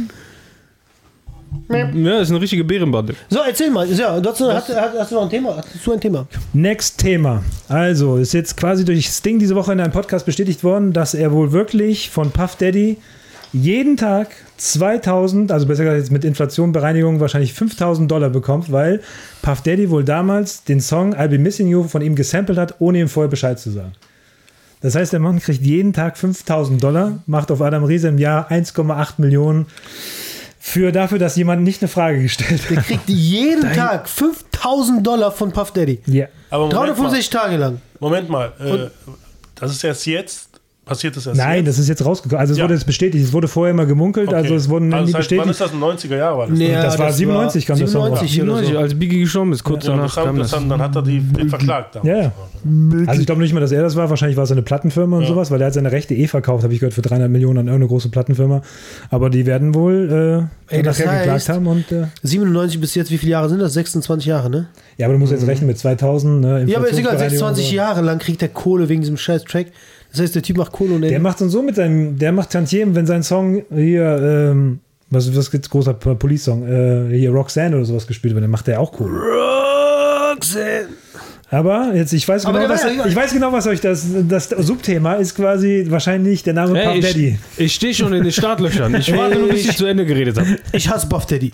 D: Ja, das ist eine richtige Bärenbande.
B: So, erzähl mal. Ja, du hast, hast, hast du noch ein Thema? Hast du ein Thema?
A: Next Thema. Also, ist jetzt quasi durch Sting diese Woche in einem Podcast bestätigt worden, dass er wohl wirklich von Puff Daddy jeden Tag zweitausend, also besser gesagt jetzt mit Inflation, Bereinigung wahrscheinlich fünftausend Dollar bekommt, weil Puff Daddy wohl damals den Song I'll Be Missing You von ihm gesampelt hat, ohne ihm vorher Bescheid zu sagen. Das heißt, der Mann kriegt jeden Tag fünftausend Dollar, macht auf Adam Riese im Jahr eins Komma acht Millionen für dafür, dass jemand nicht eine Frage gestellt
B: Der
A: hat.
B: kriegt jeden Tag fünftausend Dollar von Puff Daddy.
A: Ja.
C: Aber Moment mal,
B: dreihundertfünfzig Tage lang.
C: Moment mal äh, das ist erst jetzt, passiert das erst
A: Nein,
C: jetzt?
A: das ist jetzt rausgekommen. Also es
C: Ja.
A: wurde jetzt bestätigt. Es wurde vorher immer gemunkelt,
C: Okay.
A: also es wurden
C: also
A: nie
C: das heißt, wann
A: bestätigt.
C: ist das? In den neunziger Jahren war das?
B: Nee,
A: das war siebenundneunzig, kam das Song raus.
B: siebenundneunzig oder so.
D: Als Biggie gestorben ist, kurz
C: Ja,
D: danach
C: das haben,
D: kam
C: das
D: das.
C: haben, dann hat er die, den verklagt. damals.
A: Ja, ja. Also ich glaube nicht mal, dass er das war. Wahrscheinlich war es eine Plattenfirma und
C: Ja.
A: sowas, weil er hat seine Rechte eh verkauft, habe ich gehört, für dreihundert Millionen an irgendeine große Plattenfirma. Aber die werden wohl äh,
B: Ey, das
A: nachher
B: heißt-
A: geklagt haben. Und, äh,
B: siebenundneunzig bis jetzt, wie viele Jahre sind das? sechsundzwanzig Jahre, ne?
A: ja, aber du musst jetzt rechnen mit zweitausend. Ne,
B: Ja, aber ist egal,
A: Inflationsbereinigung
B: sechsundzwanzig
A: und so.
B: Jahre lang kriegt er Kohle wegen diesem scheiß Track. Das heißt, der Typ macht Kohle und
A: Der macht und so mit seinem, der macht Tantiemen, wenn sein Song hier, ähm, was, was gibt's, großer Police-Song, äh, hier Roxanne oder sowas gespielt wird, dann macht der auch Kohle.
B: Roxanne.
A: Aber jetzt, ich weiß
B: Aber
A: genau,
B: der
A: was,
B: war ja-
A: ich weiß genau, was euch das, das Subthema ist quasi wahrscheinlich der Name Puff
D: Ey,
A: Daddy.
D: ich ich stehe schon in den Startlöchern. Ich warte nur, bis ich zu Ende geredet habe.
B: Ich hasse Puff Daddy.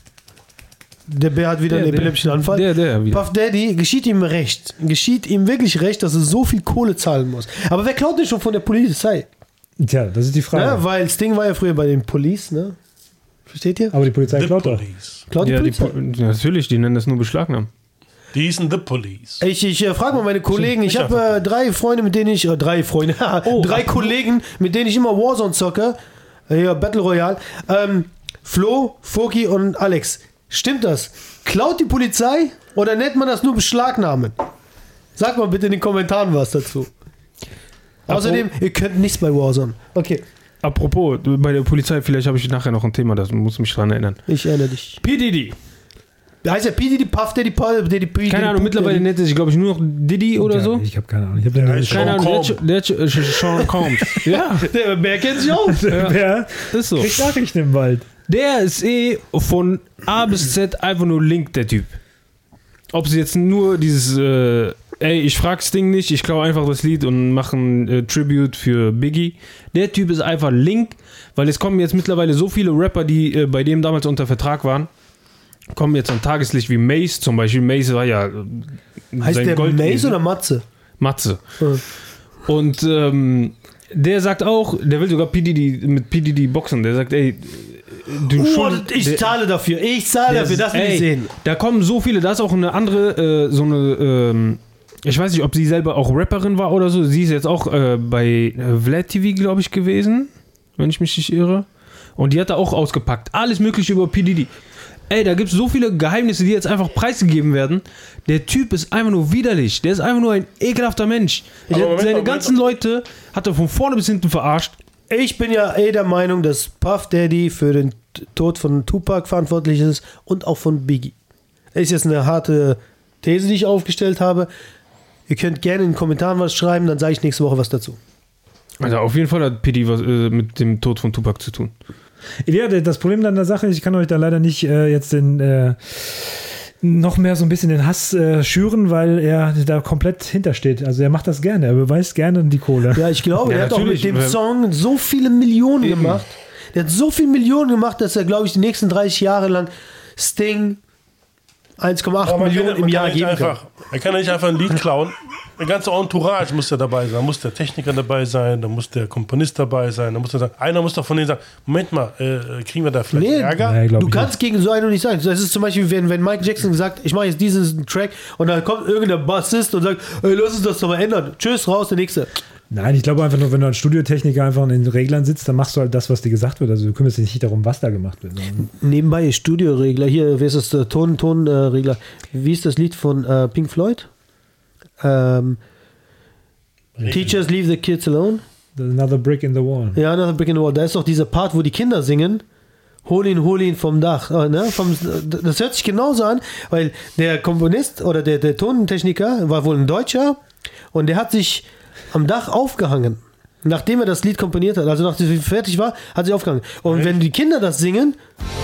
B: Der Bär hat wieder
D: Der,
B: einen
D: der.
B: epileptischen Anfall.
D: Der, der wieder.
B: Puff Daddy geschieht ihm recht. Geschieht ihm wirklich recht, dass er so viel Kohle zahlen muss. Aber wer klaut denn schon von der Polizei?
A: Tja, das ist die Frage.
B: Ja, weil Sting war ja früher bei den Police, ne? Versteht ihr?
A: Aber die Polizei
C: The
A: klaut doch.
C: Police.
B: Klaut die
D: Ja, die,
B: Polizei?
D: Po- ja, natürlich, die nennen das nur Beschlagnahmen.
C: Die hießen The Police.
B: Ich, ich äh, frage mal meine Kollegen. Ich
C: Ich
B: habe äh, drei Freunde, mit denen ich. Äh, drei Freunde. drei Kollegen, mit denen ich immer Warzone zocke. Äh, ja, Battle Royale. Ähm, Flo, Foki und Alex. Stimmt das? Klaut die Polizei oder nennt man das nur beschlagnahmen? Sag mal bitte in den Kommentaren was dazu. Außerdem, ihr könnt nichts bei Warzone. Okay.
D: Apropos, bei der Polizei, vielleicht habe ich nachher noch ein Thema, das muss mich dran erinnern.
B: Ich erinnere dich.
D: P. Diddy.
B: Heißt der P. Diddy, Puff Daddy, Puff Daddy, P.
D: Keine Ahnung, mittlerweile nennt er sich, glaube ich, nur noch Diddy oder
A: ja,
D: so.
A: Ich habe keine Ahnung. Ich habe den
C: Ja,
A: nicht.
D: Keine Ahnung, der hat der hat Sean Combs. Ja,
B: Der Bär kennt sich aus.
A: Wer
D: ist so.
A: kriegt Nachrichten im Wald?
D: Der ist eh von A bis Z einfach nur Link, der Typ. Ob sie jetzt nur dieses, äh, ey, ich frag's Ding nicht, ich klaue einfach das Lied und mache ein äh, Tribute für Biggie. Der Typ ist einfach Link, weil es kommen jetzt mittlerweile so viele Rapper, die äh, bei dem damals unter Vertrag waren, kommen jetzt am Tageslicht wie Mace zum Beispiel. Mace war ja. Äh,
B: Heißt der
D: Gold-
B: Mace oder Matze?
D: Matze.
B: Ja.
D: Und ähm, der sagt auch, der will sogar P. Diddy, mit P. Diddy boxen. Der sagt, ey, du
B: Oh,
D: schuldest-
B: ich
D: der-
B: zahle dafür. Ich zahle
D: der
B: dafür,
D: ist-
B: das will
D: ey,
B: ich sehen.
D: Da kommen so viele, da ist auch eine andere, äh, so eine, ähm, ich weiß nicht, ob sie selber auch Rapperin war oder so. Sie ist jetzt auch äh, bei äh, Vlad T V, glaube ich, gewesen, wenn ich mich nicht irre. Und die hat da auch ausgepackt. Alles Mögliche über P. Diddy. Ey, da gibt es so viele Geheimnisse, die jetzt einfach preisgegeben werden. Der Typ ist einfach nur widerlich. Der ist einfach nur ein ekelhafter Mensch. Der
C: Aber
D: hat
C: Moment,
D: seine
C: Moment.
D: ganzen Leute hat er von vorne bis hinten verarscht.
B: Ich bin ja eh der Meinung, dass Puff Daddy für den Tod von Tupac verantwortlich ist und auch von Biggie. Ist jetzt eine harte These, die ich aufgestellt habe. Ihr könnt gerne in den Kommentaren was schreiben, dann sage ich nächste Woche was dazu.
D: Also auf jeden Fall hat P. Diddy was äh, mit dem Tod von Tupac zu tun.
A: Ja, das Problem an der Sache, ich kann euch da leider nicht äh, jetzt den äh, noch mehr so ein bisschen den Hass äh, schüren, weil er da komplett hintersteht. Also er macht das gerne, er beweist gerne die Kohle.
B: Ja, ich glaube,
D: Ja,
B: er hat auch mit
D: natürlich,
B: dem
D: weil-
B: Song so viele Millionen
D: Eben.
B: gemacht. Der hat so viele Millionen gemacht, dass er, glaube ich, die nächsten dreißig Jahre lang Sting eins Komma acht
C: Aber man
B: Millionen
C: kann,
B: im
C: man
B: Jahr
C: kann nicht
B: geben kann.
C: einfach, er kann ja nicht einfach ein Lied klauen. Der ganze Entourage muss ja dabei sein. Da muss der Techniker dabei sein, da muss der Komponist dabei sein. Da muss der sagen, einer muss doch von denen sagen, Moment mal, äh, kriegen wir da vielleicht
B: Nee,
C: Ärger?
A: Nee, glaub
B: du
A: ich
B: kannst gegen so einen nicht sagen. Das ist zum Beispiel, wenn, wenn Michael Jackson sagt, ich mache jetzt diesen Track und dann kommt irgendein Bassist und sagt, ey, lass uns das doch mal ändern. Tschüss, raus, der nächste.
A: Nein, ich glaube einfach nur, wenn du als Studiotechniker einfach in den Reglern sitzt, dann machst du halt das, was dir gesagt wird. Also du kümmerst dich nicht darum, was da gemacht wird. sondern-
B: Nebenbei Studioregler. Hier, wie ist das? Der Ton, Tonregler. Wie ist das Lied von äh, Pink Floyd? Ähm, Teachers leave the kids alone.
A: Another brick in the wall.
B: Ja, Another Brick in the Wall. Da ist doch dieser Part, wo die Kinder singen. Hol ihn, hol ihn vom Dach. Äh, ne? vom, das hört sich genauso an, weil der Komponist oder der, der Tontechniker war wohl ein Deutscher und der hat sich am Dach aufgehangen. Nachdem er das Lied komponiert hat, also nachdem es fertig war, hat sich aufgehangen. Und wenn die Kinder das singen,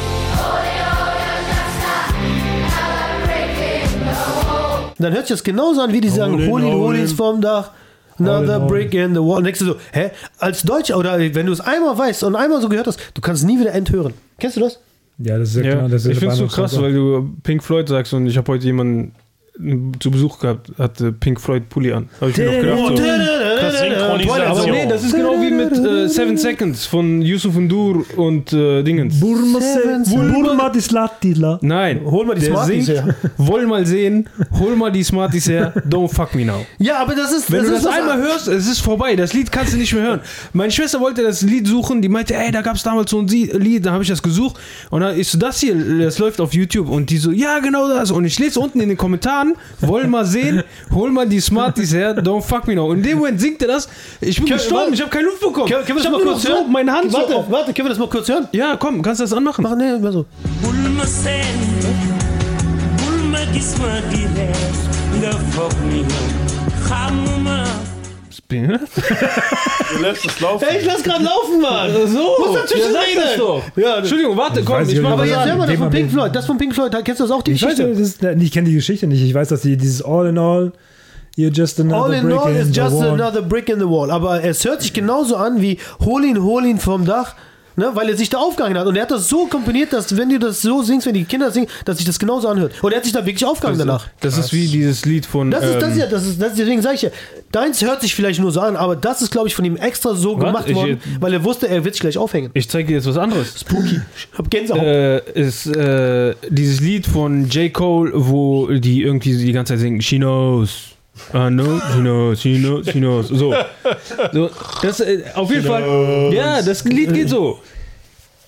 B: dann hört sich das genauso an, wie die sagen,
C: Hol ihn,
B: hol ihn, hol
C: hol
B: ihn
C: ihn.
B: vom Dach.
A: Hol
B: Another
A: ihn,
B: brick in the wall. Und denkst du so, hä? Als Deutscher, oder wenn du es einmal weißt und einmal so gehört hast, du kannst es nie wieder enthören. Kennst du das?
A: Ja, das ist ja,
D: Ja,
A: klar. Das ist
D: ich finde es so
A: bei
D: krass,
A: anderen
D: weil du Pink Floyd sagst und ich habe heute jemanden zu Besuch gehabt, hatte Pink Floyd Pulli an. Habe ich mir noch gedacht, so.
C: Krass Synchronisation.
D: Aber nee, das ist genau wie mit äh, Seven Seconds von Yusuf N'Dour und äh, Dingens.
A: Burma,
B: Seven,
A: se,
B: seven.
A: Burma die Slatila.
D: Nein,
B: Hol mal die
D: der
B: Smarties
D: singt,
B: her.
D: Woll mal sehen, hol mal die Smarties her, don't fuck me now.
B: Ja, aber das ist.
D: Wenn
B: das
D: du
B: ist
D: das
B: was
D: einmal
B: an-
D: hörst, es ist vorbei. Das Lied kannst du nicht mehr hören. Meine Schwester wollte das Lied suchen, die meinte, ey, da gab es damals so ein Sie- Lied, da habe ich das gesucht. Und dann ist so, das hier, das läuft auf YouTube. Und die so, ja, genau das. Und ich lese unten in den Kommentaren, wollen mal sehen, hol mal die Smarties her, don't fuck me now. Und in dem Moment singt er das. Ich bin
B: Können-
D: gestorben,
B: warte.
D: ich habe keine Luft bekommen.
B: Können, können wir
D: ich
B: das
D: habe
B: mal
D: nur
B: kurz
D: noch so
B: hören?
D: meine Hand
B: warte,
D: so.
B: warte, können wir das mal kurz hören?
D: Ja, komm, kannst du das anmachen?
B: Mach, ne, mal so.
E: Bulma sen, bulma gisma dire, nga fok mi xamuma.
D: Bin ich?
C: Du lässt es laufen.
B: Ey, ich lass gerade laufen, Mann.
D: So,
B: Muss dazwischen
D: ja, sag
B: reden.
D: das doch.
B: Ja,
D: Entschuldigung, warte, komm,
A: weiß
D: ich
A: nicht,
D: mach
A: aber
B: aber
D: was
B: jetzt
A: ja,
B: hör mal das
A: Thema
B: von Pink
A: mit-
B: Floyd. Das von Pink Floyd, kennst du das auch, die
A: Ich weiß,
B: Geschichte?
A: das ist, ich kenne die Geschichte nicht. Ich weiß, dass die dieses All in All, you're just another
B: All in
A: brick
B: all
A: in
B: is
A: the
B: just
A: wall.
B: another brick in the wall. Aber es hört sich genauso an wie hol ihn, hol ihn vom Dach. Ne, weil er sich da aufgehangen hat. Und er hat das so komponiert, dass wenn du das so singst, wenn die Kinder singen, dass sich das genauso anhört. Und er hat sich da wirklich aufgehangen danach.
D: Das ist wie dieses Lied von.
B: Das ist das
D: ähm,
B: ja, das ist, das ist, deswegen sage ich ja, deins hört sich vielleicht nur so an, aber das ist, glaube ich, von ihm extra so
D: Was?
B: gemacht
D: Ich-
B: worden, weil er wusste, er wird sich gleich aufhängen.
D: Ich zeige dir jetzt was anderes.
B: Spooky. Ich hab Gänsehaut.
D: Äh, ist äh, dieses Lied von J. Cole, wo die irgendwie die ganze Zeit singen, She knows. I know, she knows, she knows, she knows. So. so das, äh, auf jeden Fall. Ja, das Lied geht so.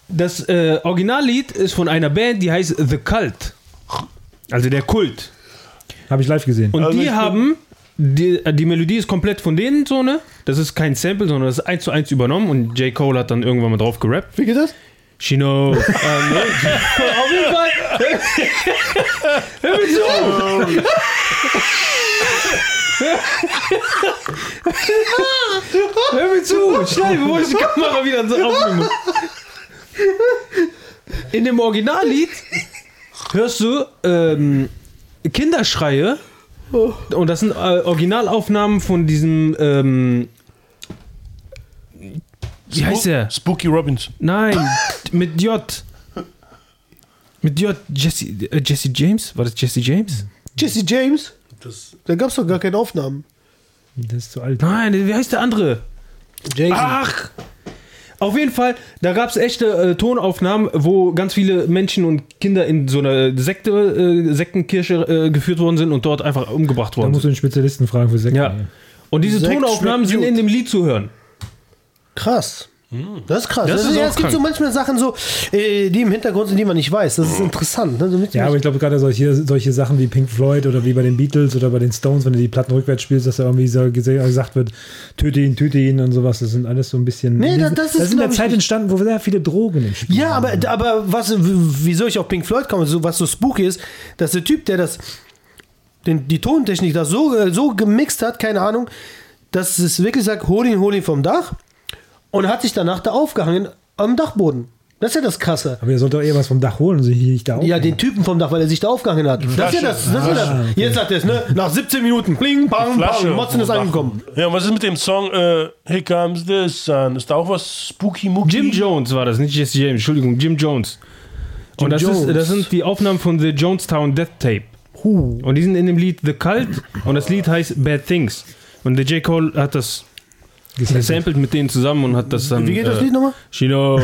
D: Das äh, Originallied ist von einer Band, die heißt The Cult. Also der Kult.
A: Habe ich live gesehen.
D: Und
C: Also
D: die
C: ich-
D: haben, die, die Melodie ist komplett von denen so, ne? Das ist kein Sample, sondern das ist eins zu eins übernommen und J. Cole hat dann irgendwann mal drauf gerappt.
B: Wie geht das?
D: She knows. ähm, ne? Auf jeden Fall. Hör mir zu. Hör mir zu. Schnell, bevor ich die Kamera wieder so aufnehme. In dem Originallied hörst du ähm, Kinderschreie. Und das sind äh, Originalaufnahmen von diesem ähm, wie heißt der?
C: Spooky Robinson.
D: Nein, mit J. Mit J. Jesse, äh, Jesse James? War das Jesse James?
B: Jesse James?
C: Das
B: Da gab es doch gar keine Aufnahmen.
A: Das ist zu alt.
D: Nein, wie heißt der andere?
B: Jason.
D: Ach! Auf jeden Fall, da gab es echte äh, Tonaufnahmen, wo ganz viele Menschen und Kinder in so einer Sekte, äh, Sektenkirche äh, geführt worden sind und dort einfach umgebracht
A: Da
D: worden
A: musst du
D: sind.
A: den Spezialisten fragen für Sekten.
D: Ja. Und diese
B: Sekt
D: Tonaufnahmen
B: schmeckt
D: sind
B: gut.
D: in dem Lied zu hören.
B: Krass. Das ist krass.
D: Das
B: Das
D: ist
B: ja,
D: auch
B: es gibt
D: krank.
B: so manchmal Sachen so, äh, die im Hintergrund sind, die man nicht weiß. Das ist interessant. Ne? So mit-
A: Ja, aber ich glaube gerade solche, solche Sachen wie Pink Floyd oder wie bei den Beatles oder bei den Stones, wenn du die Platten rückwärts spielst, dass da irgendwie so gese- gesagt wird, töte ihn, töte ihn und sowas. Das sind alles so ein bisschen.
B: Nee,
A: die-
B: das- das ist,
A: in der
B: glaub ich,
A: Zeit
B: nicht-
A: entstanden, wo sehr viele Drogen im Spiel
B: Ja,
A: waren.
B: aber, aber was, wieso ich auf Pink Floyd komme, so, was so spooky ist, dass der Typ, der das, den, die Tontechnik da so, äh, so gemixt hat, keine Ahnung, dass es wirklich sagt, hol ihn, hol ihn vom Dach und hat sich danach da aufgehangen am Dachboden. Das ist ja das Krasse.
A: Aber ihr sollt doch eher was vom Dach holen und sich nicht da
B: Ja,
A: aufhängen.
B: den Typen vom Dach, weil er sich da aufgehangen hat. Das ist ja das. das, ist ja das.
A: Ah, okay.
B: Jetzt sagt er es, ne? Nach siebzehn Minuten, kling, bang,
C: Flasche
B: bang, Motzen ist
C: vom Dach.
B: angekommen.
C: Ja, und was ist mit dem Song äh, Here Comes the Sun? Ist da auch was Spooky Mooky?
D: Jim Jones war das, nicht Jesse James, Entschuldigung, Jim Jones. Und
B: Jim
D: das,
B: Jones.
D: Ist, das sind die Aufnahmen von The Jonestown Death Tape. Und die sind in dem Lied The Cult und das Lied heißt Bad Things. Und der J. Cole hat das gesampelt mit denen zusammen und hat das dann.
B: Wie geht das
D: äh,
B: Lied nochmal?
D: She knows.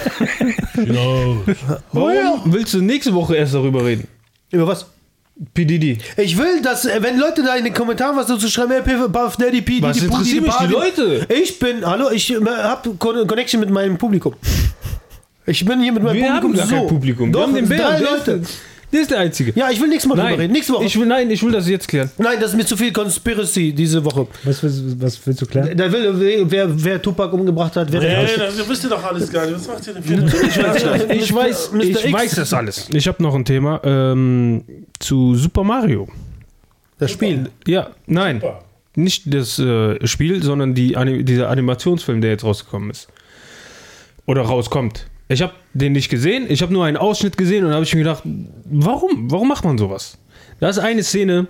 C: Genau.
D: Warum willst du nächste Woche erst darüber reden?
B: Über was?
D: P. Diddy.
B: Ich will, dass, äh, wenn Leute da in den Kommentaren was dazu schreiben, hey, Puff, Puff Daddy, P,
D: Was
B: Diddy,
D: interessieren mich
B: Party.
D: die Leute?
B: Ich bin, hallo, ich äh, habe Connection mit meinem Publikum. Ich bin hier mit meinem
D: Wir haben
B: Publikum
D: gar
B: so.
D: kein Publikum.
B: Doch,
D: wir haben den
B: drei
D: Bären. Der
B: Leute.
D: ist, der ist der Einzige.
B: Ja, ich will nächstes Mal drüber
D: Nein,
B: reden. Nächste Woche.
D: Ich will, nein, ich will das jetzt klären.
B: Nein, das ist mir zu viel Conspiracy diese Woche.
A: Was, willst- was willst du klären?
B: Da will, wer, wer Tupac umgebracht hat, wer
C: Nee,
B: der
C: das wisst ihr doch alles gar nicht. Was macht ihr denn für
D: Ich weiß,
B: Mister
D: ich
B: X.
D: weiß das alles. Ich habe noch ein Thema ähm, zu Super Mario.
B: das Spiel.
D: Ja, nein.
C: Super.
D: Nicht das äh, Spiel, sondern die, Anim- dieser Animationsfilm, der jetzt rausgekommen ist. Oder rauskommt. Ich habe den nicht gesehen, ich habe nur einen Ausschnitt gesehen und da habe ich mir gedacht, warum? Warum macht man sowas? Da ist eine Szene,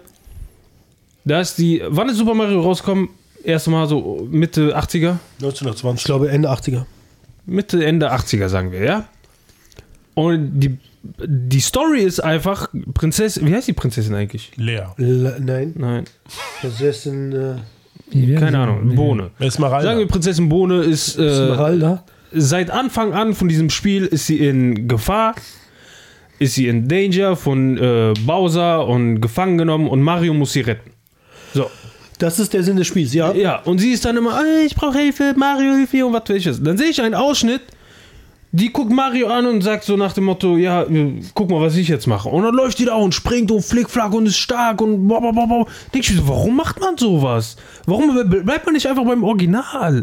D: da ist die, wann ist Super Mario rausgekommen? Erste Mal so Mitte achtziger?
B: Ich
C: neunzehnhundertzwanzig.
B: glaube Ende achtziger.
D: Mitte, Ende achtziger, sagen wir, ja? Und die, die Story ist einfach, Prinzessin, wie heißt die Prinzessin eigentlich?
C: Lea.
B: L nein,
D: Nein,
B: das ist ein äh,
D: keine Ahnung, Bohne.
C: Esmeralda.
D: Sagen wir, Prinzessin Bohne ist äh,
B: Esmeralda.
D: seit Anfang an von diesem Spiel ist sie in Gefahr, ist sie in Danger von äh, Bowser und gefangen genommen und Mario muss sie retten. So,
B: Das ist der Sinn des Spiels, ja.
D: ja, und sie ist dann immer, "Ah, ich brauche Hilfe, Mario, hilf mir und was weiß ich was." Dann sehe ich einen Ausschnitt, die guckt Mario an und sagt so nach dem Motto, ja, äh, guck mal, was ich jetzt mache. Und dann läuft die da und springt und flickflack und ist stark und bla bla bla bla. Denk ich mir so, warum macht man sowas? Warum ble- bleibt man nicht einfach beim Original?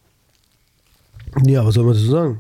B: Ja, was soll man dazu sagen?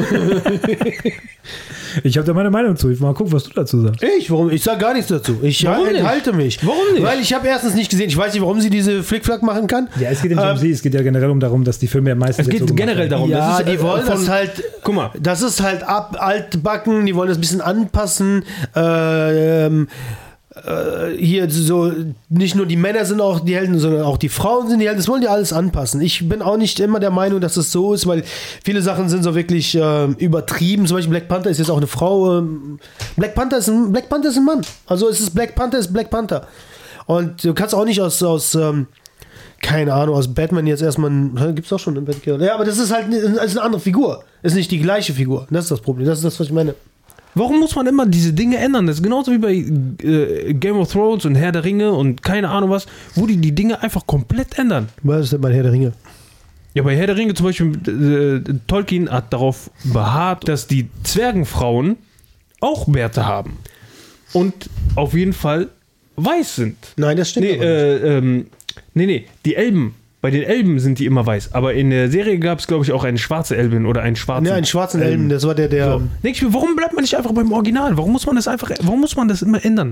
A: Ich habe da meine Meinung zu. Ich mal gucken, was du dazu sagst.
B: Ich, warum? Ich sage gar nichts dazu. Ich
D: Warum nicht?
B: enthalte mich.
D: Warum nicht?
B: Weil ich habe erstens nicht gesehen, ich weiß nicht, warum sie diese Flickflack machen kann.
A: Ja, es geht ja nicht
B: Ähm,
A: um sie, es geht ja generell um darum, dass die Filme ja meistens
D: Es
A: jetzt
D: geht
A: so gemacht
D: generell
A: werden.
D: darum,
B: Ja,
D: das ist,
B: die
D: äh,
B: wollen
D: von-
B: das halt.
D: Guck mal.
B: Das ist halt ab altbacken. Die wollen das ein bisschen anpassen. Äh, ähm, äh, hier so nicht nur die Männer sind auch die Helden, sondern auch die Frauen sind die Helden. Das wollen die alles anpassen. Ich bin auch nicht immer der Meinung, dass es so ist, weil viele Sachen sind so wirklich äh, übertrieben. Zum Beispiel Black Panther ist jetzt auch eine Frau. Ähm, Black Panther ist ein Black Panther ist ein Mann. Also es ist Black Panther ist Black Panther. Und du kannst auch nicht aus aus ähm, keine Ahnung, aus Batman jetzt erstmal ein, gibt's auch schon einen Batman. Ja, aber das ist halt eine, das ist eine andere Figur. Ist nicht die gleiche Figur. Das ist das Problem. Das ist das, was ich meine.
D: Warum muss man immer diese Dinge ändern? Das ist genauso wie bei äh, Game of Thrones und Herr der Ringe und keine Ahnung was, wo die die Dinge einfach komplett ändern.
B: Was ist denn mein Herr der Ringe?
D: Ja, bei Herr der Ringe zum Beispiel, äh, Tolkien hat darauf beharrt, dass die Zwergenfrauen auch Bärte haben. Und auf jeden Fall weiß sind.
B: Nein, das stimmt
D: Nee,
B: aber nicht.
D: äh, ähm, nee, nee, die Elben. Bei den Elben sind die immer weiß. Aber in der Serie gab es, glaube ich, auch eine schwarze Elbin oder einen schwarzen.
B: Ne, einen schwarzen Elben, das war der, der...
D: So. Denk ich mir, warum bleibt man nicht einfach beim Original? Warum muss man das einfach, warum muss man das immer ändern?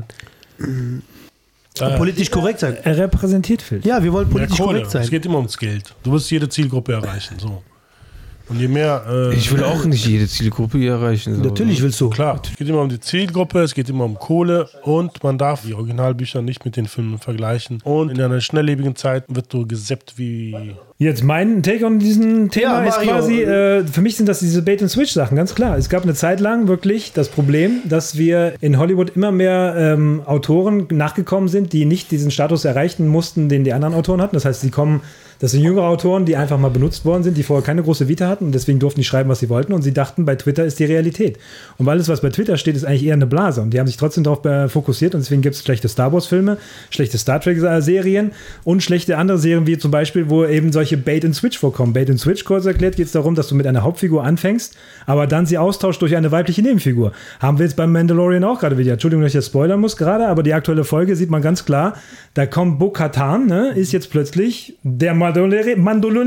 C: Äh,
B: politisch korrekt sein.
A: Er repräsentiert Filz.
B: Ja, wir wollen
C: ja,
B: politisch
C: Kohle.
B: korrekt
C: Es
B: sein.
C: geht immer ums Geld. Du wirst jede Zielgruppe erreichen. So. Und je mehr. Äh,
D: Ich will auch nicht jede Zielgruppe hier erreichen. So.
B: Natürlich willst du.
C: Klar, es geht immer um die Zielgruppe, es geht immer um Kohle und man darf die Originalbücher nicht mit den Filmen vergleichen. Und in einer schnelllebigen Zeit wird so gesappt wie.
A: Jetzt mein Take on diesen Thema
B: Ja,
A: ist
B: Mario.
A: quasi, äh, für mich sind das diese Bait-and-Switch-Sachen, ganz klar. Es gab eine Zeit lang wirklich das Problem, dass wir in Hollywood immer mehr ähm, Autoren nachgekommen sind, die nicht diesen Status erreichen mussten, den die anderen Autoren hatten. Das heißt, sie kommen, das sind jüngere Autoren, die einfach mal benutzt worden sind, die vorher keine große Vita hatten und deswegen durften die schreiben, was sie wollten und sie dachten, bei Twitter ist die Realität. Und alles, was bei Twitter steht, ist eigentlich eher eine Blase und die haben sich trotzdem darauf äh, fokussiert und deswegen gibt es schlechte Star Wars-Filme, schlechte Star Trek-Serien und schlechte andere Serien, wie zum Beispiel, wo eben solche Bait-and-Switch vorkommen. Bait-and-Switch, kurz erklärt, geht es darum, dass du mit einer Hauptfigur anfängst, aber dann sie austauscht durch eine weibliche Nebenfigur. Haben wir jetzt beim Mandalorian auch gerade wieder. Entschuldigung, dass ich das spoilern muss gerade, aber die aktuelle Folge sieht man ganz klar, da kommt Bo-Katan, ne, ist jetzt plötzlich der Mandalorianer.